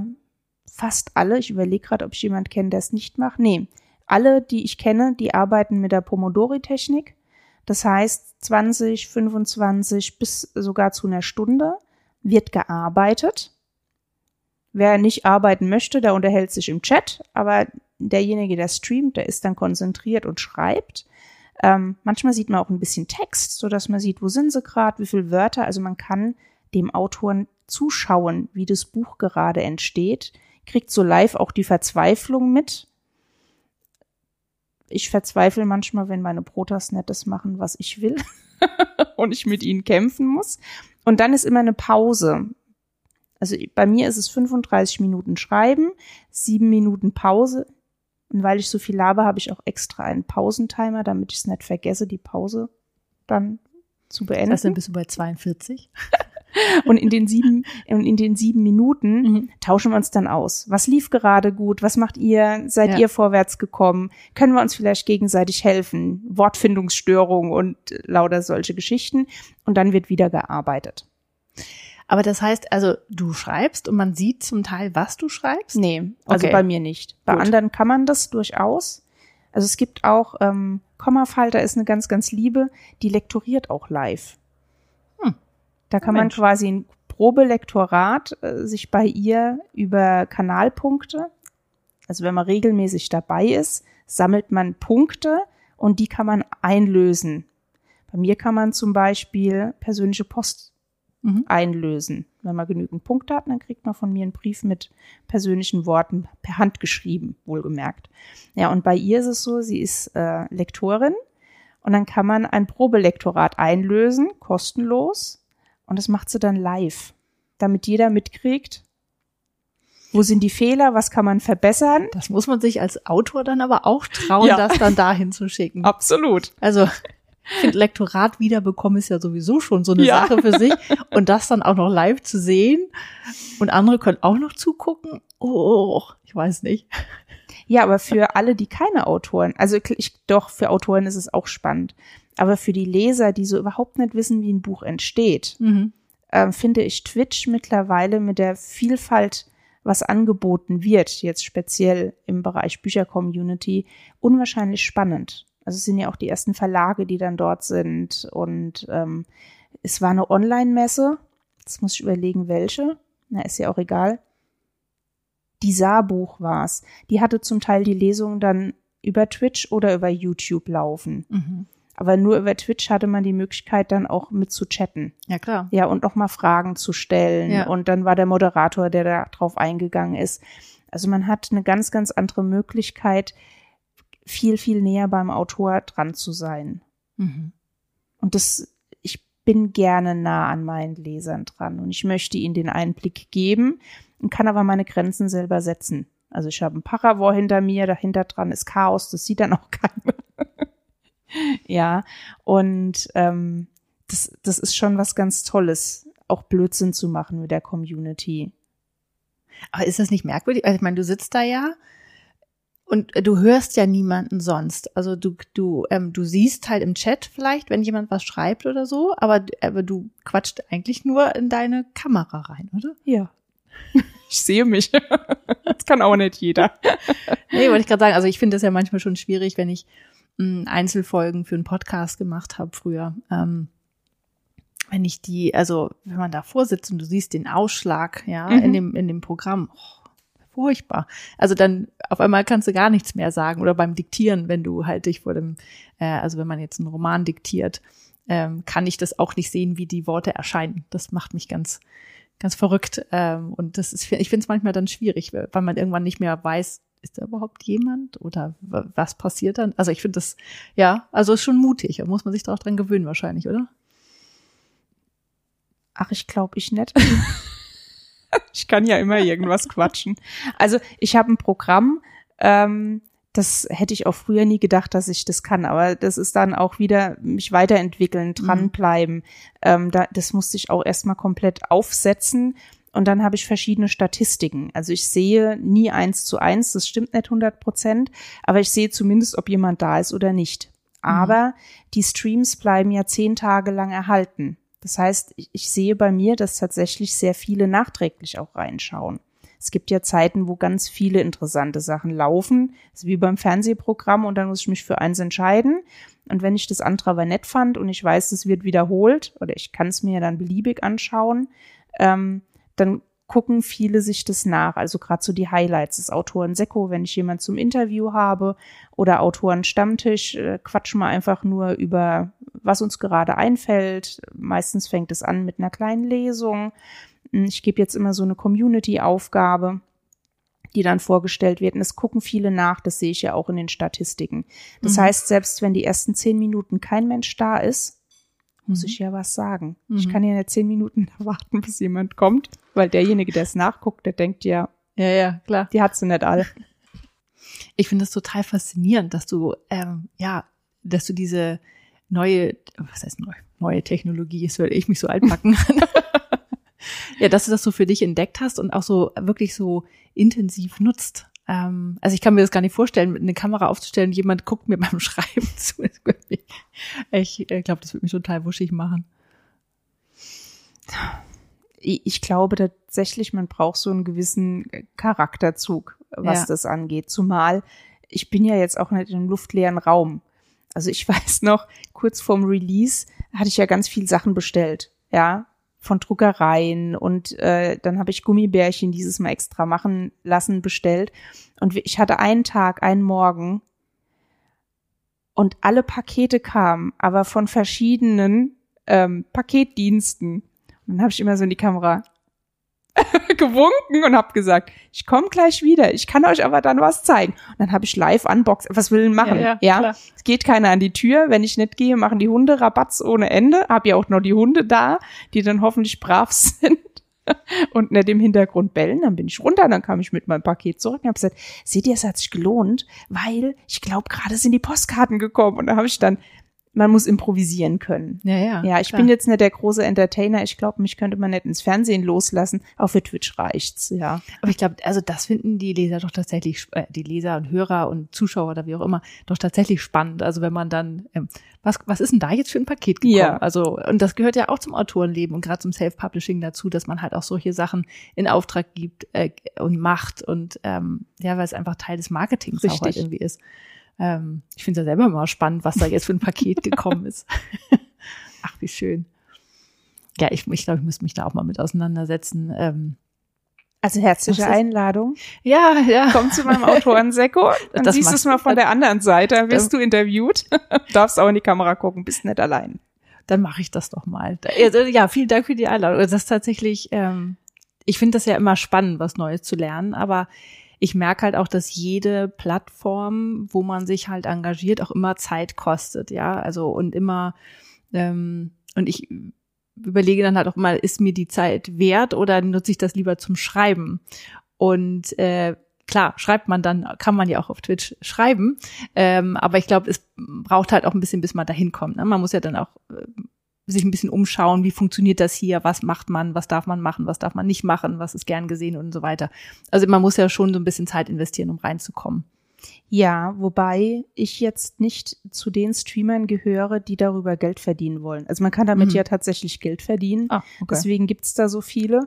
fast alle, ich überlege gerade, ob ich jemanden kenne, der es nicht macht. Nee, alle, die ich kenne, die arbeiten mit der Pomodori-Technik. Das heißt, 20, 25 bis sogar zu einer Stunde wird gearbeitet. Wer nicht arbeiten möchte, der unterhält sich im Chat, aber derjenige, der streamt, der ist dann konzentriert und schreibt. Manchmal sieht man auch ein bisschen Text, sodass man sieht, wo sind sie gerade, wie viele Wörter. Also man kann dem Autoren zuschauen, wie das Buch gerade entsteht, kriegt so live auch die Verzweiflung mit. Ich verzweifle manchmal, wenn meine Protas nicht das machen, was ich will und ich mit ihnen kämpfen muss. Und dann ist immer eine Pause. Also bei mir ist es 35 Minuten Schreiben, 7 Minuten Pause. Und weil ich so viel laber, habe ich auch extra einen Pausentimer, damit ich es nicht vergesse, die Pause dann zu beenden. Das heißt, dann bist du bei 42. Und in den 7 Minuten tauschen wir uns dann aus. Was lief gerade gut? Was macht ihr? Seid ihr vorwärts gekommen? Können wir uns vielleicht gegenseitig helfen? Wortfindungsstörungen und lauter solche Geschichten. Und dann wird wieder gearbeitet. Aber das heißt, also du schreibst und man sieht zum Teil, was du schreibst? Nee, also bei mir nicht. Bei anderen kann man das durchaus. Also es gibt auch, Kommafalter ist eine ganz, ganz liebe, die lektoriert auch live. Da kann man quasi ein Probelektorat sich bei ihr über Kanalpunkte, also wenn man regelmäßig dabei ist, sammelt man Punkte und die kann man einlösen. Bei mir kann man zum Beispiel persönliche Post einlösen. Wenn man genügend Punkte hat, dann kriegt man von mir einen Brief mit persönlichen Worten, per Hand geschrieben, wohlgemerkt. Ja, und bei ihr ist es so, sie ist Lektorin und dann kann man ein Probelektorat einlösen, kostenlos, und das macht sie dann live, damit jeder mitkriegt, wo sind die Fehler, was kann man verbessern. Das muss man sich als Autor dann aber auch trauen, das dann dahin zu schicken. Absolut. Also ich finde, Lektorat wiederbekommen ist ja sowieso schon so eine Sache für sich. Und das dann auch noch live zu sehen und andere können auch noch zugucken. Oh, ich weiß nicht. Ja, aber für alle, die keine Autoren, also doch, für Autoren ist es auch spannend. Aber für die Leser, die so überhaupt nicht wissen, wie ein Buch entsteht, finde ich Twitch mittlerweile mit der Vielfalt, was angeboten wird, jetzt speziell im Bereich Bücher-Community, unwahrscheinlich spannend. Also es sind ja auch die ersten Verlage, die dann dort sind. Und es war eine Online-Messe. Jetzt muss ich überlegen, welche. Na, ist ja auch egal. Die Saarbuch war's. Die hatte zum Teil die Lesungen dann über Twitch oder über YouTube laufen. Aber nur über Twitch hatte man die Möglichkeit, dann auch mit zu chatten. Ja, klar. Ja, und noch mal Fragen zu stellen. Ja. Und dann war der Moderator, der da drauf eingegangen ist. Also man hat eine ganz, ganz andere Möglichkeit, viel, viel näher beim Autor dran zu sein. Und ich bin gerne nah an meinen Lesern dran und ich möchte ihnen den Einblick geben und kann aber meine Grenzen selber setzen. Also ich habe ein Paravor hinter mir, dahinter dran ist Chaos, das sieht dann auch keiner. Ja, und das ist schon was ganz Tolles, auch Blödsinn zu machen mit der Community. Aber ist das nicht merkwürdig? Also ich meine, du sitzt da ja und du hörst ja niemanden sonst. Also du siehst halt im Chat vielleicht, wenn jemand was schreibt oder so, aber du quatscht eigentlich nur in deine Kamera rein, oder? Ja. Ich sehe mich. Das kann auch nicht jeder. Nee, wollte ich gerade sagen, also ich finde das ja manchmal schon schwierig, wenn ich Einzelfolgen für einen Podcast gemacht habe früher. Wenn ich wenn man davor sitzt und du siehst den Ausschlag, in dem Programm, furchtbar. Also dann auf einmal kannst du gar nichts mehr sagen oder beim Diktieren, wenn du halt dich vor dem, wenn man jetzt einen Roman diktiert, kann ich das auch nicht sehen, wie die Worte erscheinen. Das macht mich ganz, ganz verrückt. Und ich finde es manchmal dann schwierig, weil man irgendwann nicht mehr weiß, ist da überhaupt jemand oder was passiert dann? Also ich finde das, ist schon mutig. Da muss man sich darauf dran gewöhnen wahrscheinlich, oder? Ach, ich glaube ich nicht. Ich kann ja immer irgendwas quatschen. Also ich habe ein Programm, das hätte ich auch früher nie gedacht, dass ich das kann. Aber das ist dann auch wieder mich weiterentwickeln, dranbleiben. Das musste ich auch erstmal komplett aufsetzen. Und dann habe ich verschiedene Statistiken. Also ich sehe nie 1:1, das stimmt nicht 100%, aber ich sehe zumindest, ob jemand da ist oder nicht. Aber die Streams bleiben ja 10 Tage lang erhalten. Das heißt, ich sehe bei mir, dass tatsächlich sehr viele nachträglich auch reinschauen. Es gibt ja Zeiten, wo ganz viele interessante Sachen laufen. Das ist wie beim Fernsehprogramm und dann muss ich mich für eins entscheiden. Und wenn ich das andere aber nett fand und ich weiß, es wird wiederholt oder ich kann es mir dann beliebig anschauen, dann gucken viele sich das nach. Also gerade so die Highlights des Autoren-Sekko, wenn ich jemanden zum Interview habe oder Autoren-Stammtisch, quatschen wir einfach nur über, was uns gerade einfällt. Meistens fängt es an mit einer kleinen Lesung. Ich gebe jetzt immer so eine Community-Aufgabe, die dann vorgestellt wird. Und es gucken viele nach, das sehe ich ja auch in den Statistiken. Das heißt, selbst wenn die ersten 10 Minuten kein Mensch da ist, muss ich ja was sagen. Ich kann ja nicht 10 Minuten warten, bis jemand kommt, weil derjenige, der es nachguckt, der denkt ja, klar, die hat sie nicht alle. Ich finde das total faszinierend, dass du, dass du diese neue Technologie, jetzt würde ich mich so altbacken, dass du das so für dich entdeckt hast und auch so wirklich so intensiv nutzt. Also ich kann mir das gar nicht vorstellen, eine Kamera aufzustellen und jemand guckt mir beim Schreiben zu. Ich glaube, das würde mich total wuschig machen. Ich glaube tatsächlich, man braucht so einen gewissen Charakterzug, was das angeht. Zumal ich bin ja jetzt auch nicht in einem luftleeren Raum. Also ich weiß noch, kurz vorm Release hatte ich ja ganz viel Sachen bestellt, von Druckereien und dann habe ich Gummibärchen dieses Mal extra machen lassen, bestellt. Und ich hatte einen Tag, einen Morgen und alle Pakete kamen, aber von verschiedenen Paketdiensten. Und dann habe ich immer so in die Kamera gewunken und habe gesagt, ich komme gleich wieder, ich kann euch aber dann was zeigen. Und dann habe ich live unboxed, was will ich machen? Ja, es geht keiner an die Tür, wenn ich nicht gehe, machen die Hunde Rabatz ohne Ende. Hab ja auch noch die Hunde da, die dann hoffentlich brav sind und nicht im Hintergrund bellen. Dann bin ich runter, dann kam ich mit meinem Paket zurück und habe gesagt, seht ihr, es hat sich gelohnt, weil ich glaube, gerade sind die Postkarten gekommen. Und da habe ich dann, man muss improvisieren können. Ja, ich bin jetzt nicht der große Entertainer. Ich glaube, mich könnte man nicht ins Fernsehen loslassen. Auch für Twitch reicht's, ja. Aber ich glaube, also das finden die Leser doch tatsächlich, die Leser und Hörer und Zuschauer oder wie auch immer, doch tatsächlich spannend. Also wenn man dann, was ist denn da jetzt für ein Paket gekommen? Ja. Also, und das gehört ja auch zum Autorenleben und gerade zum Self-Publishing dazu, dass man halt auch solche Sachen in Auftrag gibt und macht und ja, weil es einfach Teil des Marketings auch halt irgendwie ist. Ich finde es ja selber immer spannend, was da jetzt für ein Paket gekommen ist. Ach, wie schön. Ja, ich glaube, ich müsste mich da auch mal mit auseinandersetzen. Also herzliche Einladung. Ja. Komm zu meinem Autorensekko. Dann siehst du es mal von der anderen Seite. Dann wirst du interviewt. Darfst auch in die Kamera gucken, bist nicht allein. Dann mache ich das doch mal. Ja, vielen Dank für die Einladung. Das ist tatsächlich, ich finde das ja immer spannend, was Neues zu lernen, aber ich merke halt auch, dass jede Plattform, wo man sich halt engagiert, auch immer Zeit kostet, ja, also und immer, und ich überlege dann halt auch mal, ist mir die Zeit wert oder nutze ich das lieber zum Schreiben? Und klar, schreibt man dann, kann man ja auch auf Twitch schreiben, aber ich glaube, es braucht halt auch ein bisschen, bis man dahin kommt, ne? Man muss ja dann auch sich ein bisschen umschauen, wie funktioniert das hier, was macht man, was darf man machen, was darf man nicht machen, was ist gern gesehen und so weiter. Also man muss ja schon so ein bisschen Zeit investieren, um reinzukommen. Ja, wobei ich jetzt nicht zu den Streamern gehöre, die darüber Geld verdienen wollen. Also man kann damit ja tatsächlich Geld verdienen. Ah, okay. Deswegen gibt's da so viele,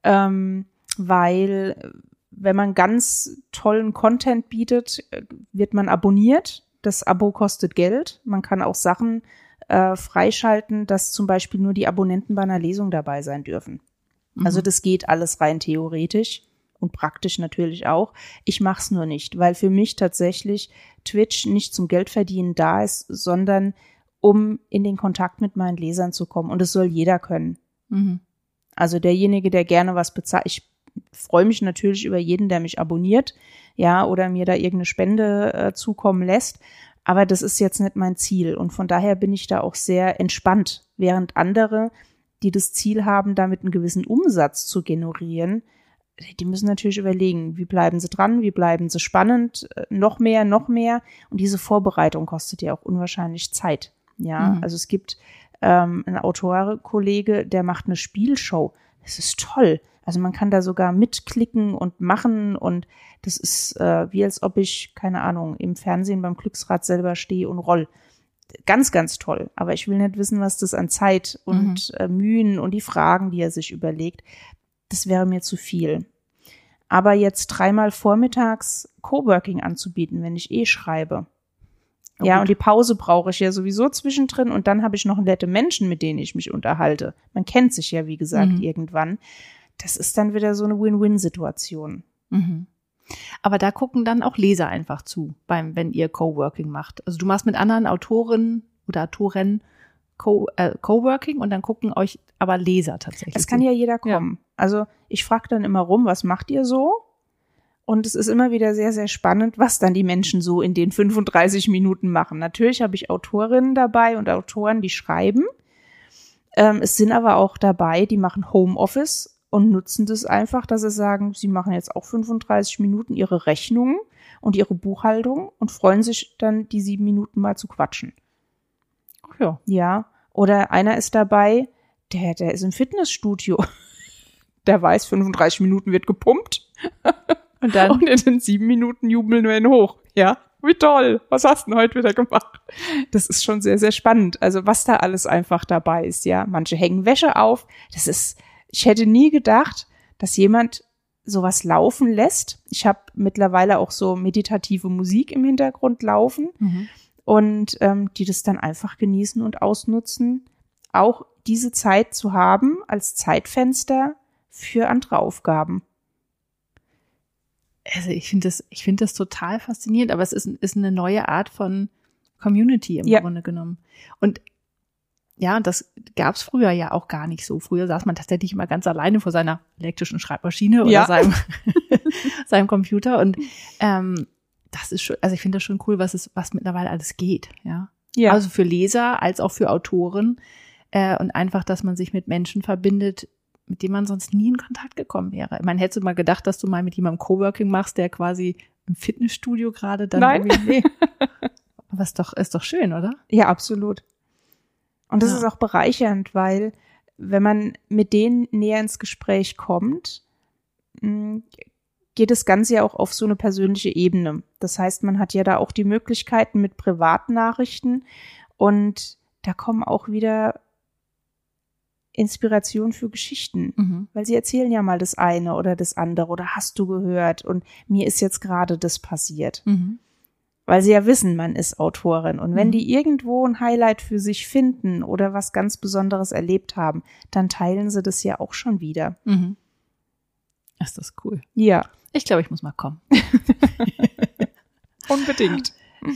weil wenn man ganz tollen Content bietet, wird man abonniert. Das Abo kostet Geld. Man kann auch Sachen freischalten, dass zum Beispiel nur die Abonnenten bei einer Lesung dabei sein dürfen. Also das geht alles rein theoretisch und praktisch natürlich auch. Ich mache es nur nicht, weil für mich tatsächlich Twitch nicht zum Geldverdienen da ist, sondern um in den Kontakt mit meinen Lesern zu kommen. Und das soll jeder können. Also derjenige, der gerne was bezahlt. Ich freue mich natürlich über jeden, der mich abonniert, ja, oder mir da irgendeine Spende zukommen lässt. Aber das ist jetzt nicht mein Ziel und von daher bin ich da auch sehr entspannt, während andere, die das Ziel haben, damit einen gewissen Umsatz zu generieren, die müssen natürlich überlegen, wie bleiben sie dran, wie bleiben sie spannend, noch mehr und diese Vorbereitung kostet ja auch unwahrscheinlich Zeit. Ja, also es gibt einen Autorenkollege, der macht eine Spielshow. Das ist toll. Also man kann da sogar mitklicken und machen und das ist wie als ob ich, keine Ahnung, im Fernsehen beim Glücksrad selber stehe und roll. Ganz, ganz toll. Aber ich will nicht wissen, was das an Zeit und Mühen und die Fragen, die er sich überlegt, das wäre mir zu viel. Aber jetzt 3-mal vormittags Coworking anzubieten, wenn ich schreibe. Ja, und die Pause brauche ich ja sowieso zwischendrin und dann habe ich noch nette Menschen, mit denen ich mich unterhalte. Man kennt sich ja, wie gesagt, irgendwann. Das ist dann wieder so eine Win-Win-Situation. Aber da gucken dann auch Leser einfach zu, wenn ihr Coworking macht. Also du machst mit anderen Autoren oder Autoren Coworking und dann gucken euch aber Leser tatsächlich. Es kann ja jeder kommen. Ja. Also ich frage dann immer rum, was macht ihr so? Und es ist immer wieder sehr, sehr spannend, was dann die Menschen so in den 35 Minuten machen. Natürlich habe ich Autorinnen dabei und Autoren, die schreiben. Es sind aber auch dabei, die machen Homeoffice und nutzen das einfach, dass sie sagen, sie machen jetzt auch 35 Minuten ihre Rechnungen und ihre Buchhaltung und freuen sich dann, die 7 Minuten mal zu quatschen. Ach ja. Ja, oder einer ist dabei, der ist im Fitnessstudio. Der weiß, 35 Minuten wird gepumpt. Und in den 7 Minuten jubeln wir ihn hoch. Ja, wie toll. Was hast du denn heute wieder gemacht? Das ist schon sehr, sehr spannend. Also was da alles einfach dabei ist, ja. Manche hängen Wäsche auf. Ich hätte nie gedacht, dass jemand sowas laufen lässt. Ich habe mittlerweile auch so meditative Musik im Hintergrund laufen und die das dann einfach genießen und ausnutzen. Auch diese Zeit zu haben als Zeitfenster für andere Aufgaben. Also ich finde das total faszinierend, aber es ist eine neue Art von Community im Grunde genommen. Und ja, das gab es früher ja auch gar nicht so. Früher saß man tatsächlich immer ganz alleine vor seiner elektrischen Schreibmaschine oder seinem Computer. Und das ist schon, also ich finde das schon cool, was mittlerweile alles geht. Ja. Also für Leser als auch für Autoren. Und einfach, dass man sich mit Menschen verbindet, mit dem man sonst nie in Kontakt gekommen wäre. Ich meine, hättest du mal gedacht, dass du mal mit jemandem Coworking machst, der quasi im Fitnessstudio gerade dann irgendwie. Nee. Aber ist doch schön, oder? Ja, absolut. Und das ist auch bereichernd, weil wenn man mit denen näher ins Gespräch kommt, geht das Ganze ja auch auf so eine persönliche Ebene. Das heißt, man hat ja da auch die Möglichkeiten mit Privatnachrichten und da kommen auch wieder Inspiration für Geschichten, weil sie erzählen ja mal das eine oder das andere oder hast du gehört und mir ist jetzt gerade das passiert. Weil sie ja wissen, man ist Autorin und wenn die irgendwo ein Highlight für sich finden oder was ganz Besonderes erlebt haben, dann teilen sie das ja auch schon wieder. Ist das cool. Ja. Ich glaube, ich muss mal kommen. Unbedingt.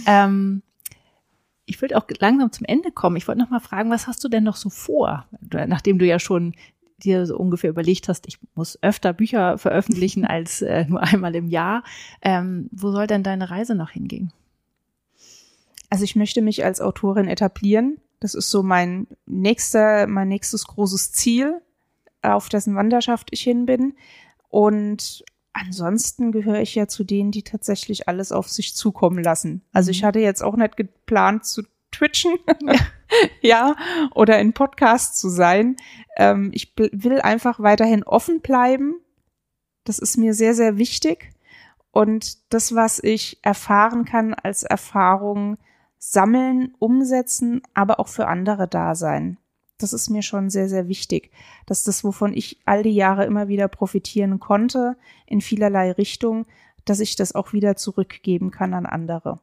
Ich würde auch langsam zum Ende kommen. Ich wollte noch mal fragen, was hast du denn noch so vor? Nachdem du ja schon dir so ungefähr überlegt hast, ich muss öfter Bücher veröffentlichen als nur einmal im Jahr. Wo soll denn deine Reise noch hingehen? Also ich möchte mich als Autorin etablieren. Das ist so mein nächstes großes Ziel, auf dessen Wanderschaft ich hin bin. Und ansonsten gehöre ich ja zu denen, die tatsächlich alles auf sich zukommen lassen. Also ich hatte jetzt auch nicht geplant zu twitchen, oder in Podcasts zu sein. Ich will einfach weiterhin offen bleiben. Das ist mir sehr, sehr wichtig. Und das, was ich erfahren kann, als Erfahrung sammeln, umsetzen, aber auch für andere da sein. Das ist mir schon sehr, sehr wichtig, dass das, wovon ich all die Jahre immer wieder profitieren konnte, in vielerlei Richtung, dass ich das auch wieder zurückgeben kann an andere.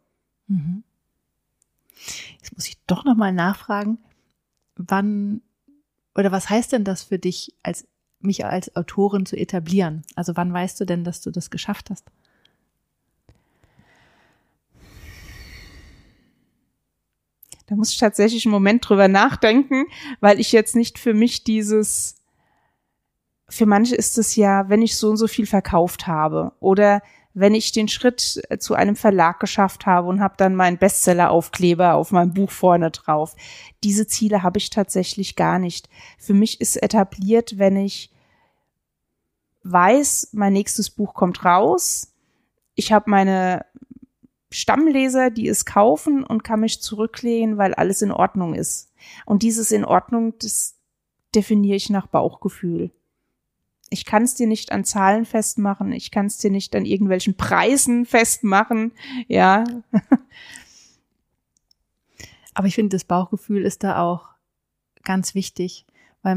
Jetzt muss ich doch noch mal nachfragen, was heißt denn das für dich, mich als Autorin zu etablieren? Also wann weißt du denn, dass du das geschafft hast? Da muss ich tatsächlich einen Moment drüber nachdenken, weil ich jetzt nicht für mich für manche ist es ja, wenn ich so und so viel verkauft habe oder wenn ich den Schritt zu einem Verlag geschafft habe und habe dann meinen Bestseller-Aufkleber auf meinem Buch vorne drauf. Diese Ziele habe ich tatsächlich gar nicht. Für mich ist etabliert, wenn ich weiß, mein nächstes Buch kommt raus, ich habe meine Stammleser, die es kaufen und kann mich zurücklehnen, weil alles in Ordnung ist. Und dieses in Ordnung, das definiere ich nach Bauchgefühl. Ich kann es dir nicht an Zahlen festmachen, ich kann es dir nicht an irgendwelchen Preisen festmachen, ja. Aber ich finde, das Bauchgefühl ist da auch ganz wichtig, weil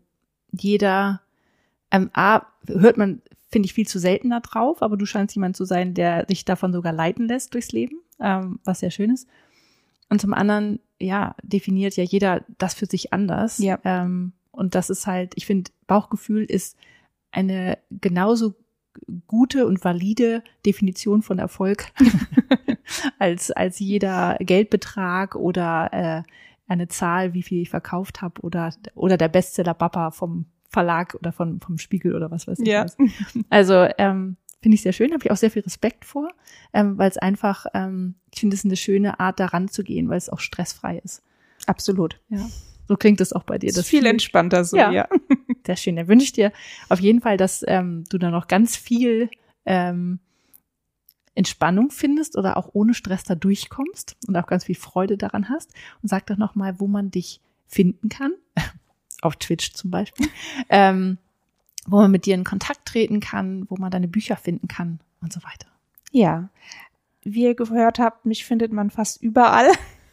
hört man, finde ich, viel zu selten da drauf, aber du scheinst jemand zu sein, der sich davon sogar leiten lässt durchs Leben, was sehr schön ist. Und zum anderen, definiert ja jeder das für sich anders. Ja. Und das ist halt, ich finde, Bauchgefühl ist eine genauso gute und valide Definition von Erfolg als jeder Geldbetrag oder eine Zahl, wie viel ich verkauft habe oder der Bestseller Papa vom Verlag oder vom Spiegel oder was weiß ich was. Also finde ich sehr schön, habe ich auch sehr viel Respekt vor, weil es einfach, ich finde es eine schöne Art, daran zu gehen, weil es auch stressfrei ist. Absolut. Ja. So klingt es auch bei dir. Das ist viel entspannter so, ja. Sehr schön. Dann wünsche ich dir auf jeden Fall, dass du da noch ganz viel Entspannung findest oder auch ohne Stress da durchkommst und auch ganz viel Freude daran hast. Und sag doch noch mal, wo man dich finden kann. Auf Twitch zum Beispiel. Wo man mit dir in Kontakt treten kann, wo man deine Bücher finden kann und so weiter. Ja. Wie ihr gehört habt, mich findet man fast überall.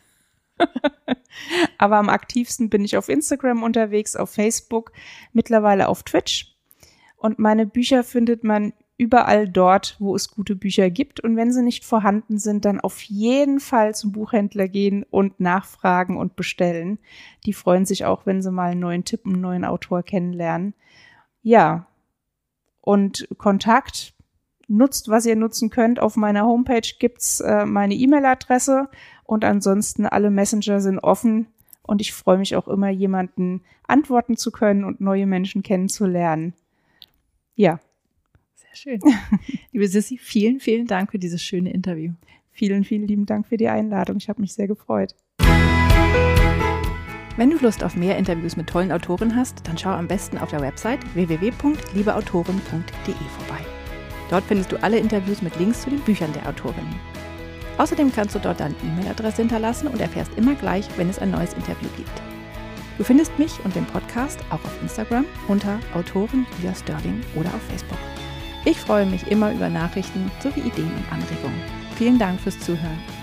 Aber am aktivsten bin ich auf Instagram unterwegs, auf Facebook, mittlerweile auf Twitch. Und meine Bücher findet man überall dort, wo es gute Bücher gibt. Und wenn sie nicht vorhanden sind, dann auf jeden Fall zum Buchhändler gehen und nachfragen und bestellen. Die freuen sich auch, wenn sie mal einen neuen Tipp, einen neuen Autor kennenlernen. Ja, und Kontakt, nutzt, was ihr nutzen könnt. Auf meiner Homepage gibt's meine E-Mail-Adresse und ansonsten alle Messenger sind offen. Und ich freue mich auch immer, jemanden antworten zu können und neue Menschen kennenzulernen. Ja. Sehr schön. Liebe Sissi, vielen, vielen Dank für dieses schöne Interview. Vielen, vielen lieben Dank für die Einladung. Ich habe mich sehr gefreut. Wenn du Lust auf mehr Interviews mit tollen Autoren hast, dann schau am besten auf der Website www.liebeautoren.de vorbei. Dort findest du alle Interviews mit Links zu den Büchern der Autorinnen. Außerdem kannst du dort deine E-Mail-Adresse hinterlassen und erfährst immer gleich, wenn es ein neues Interview gibt. Du findest mich und den Podcast auch auf Instagram unter Autorin Julia Sterling oder auf Facebook. Ich freue mich immer über Nachrichten sowie Ideen und Anregungen. Vielen Dank fürs Zuhören.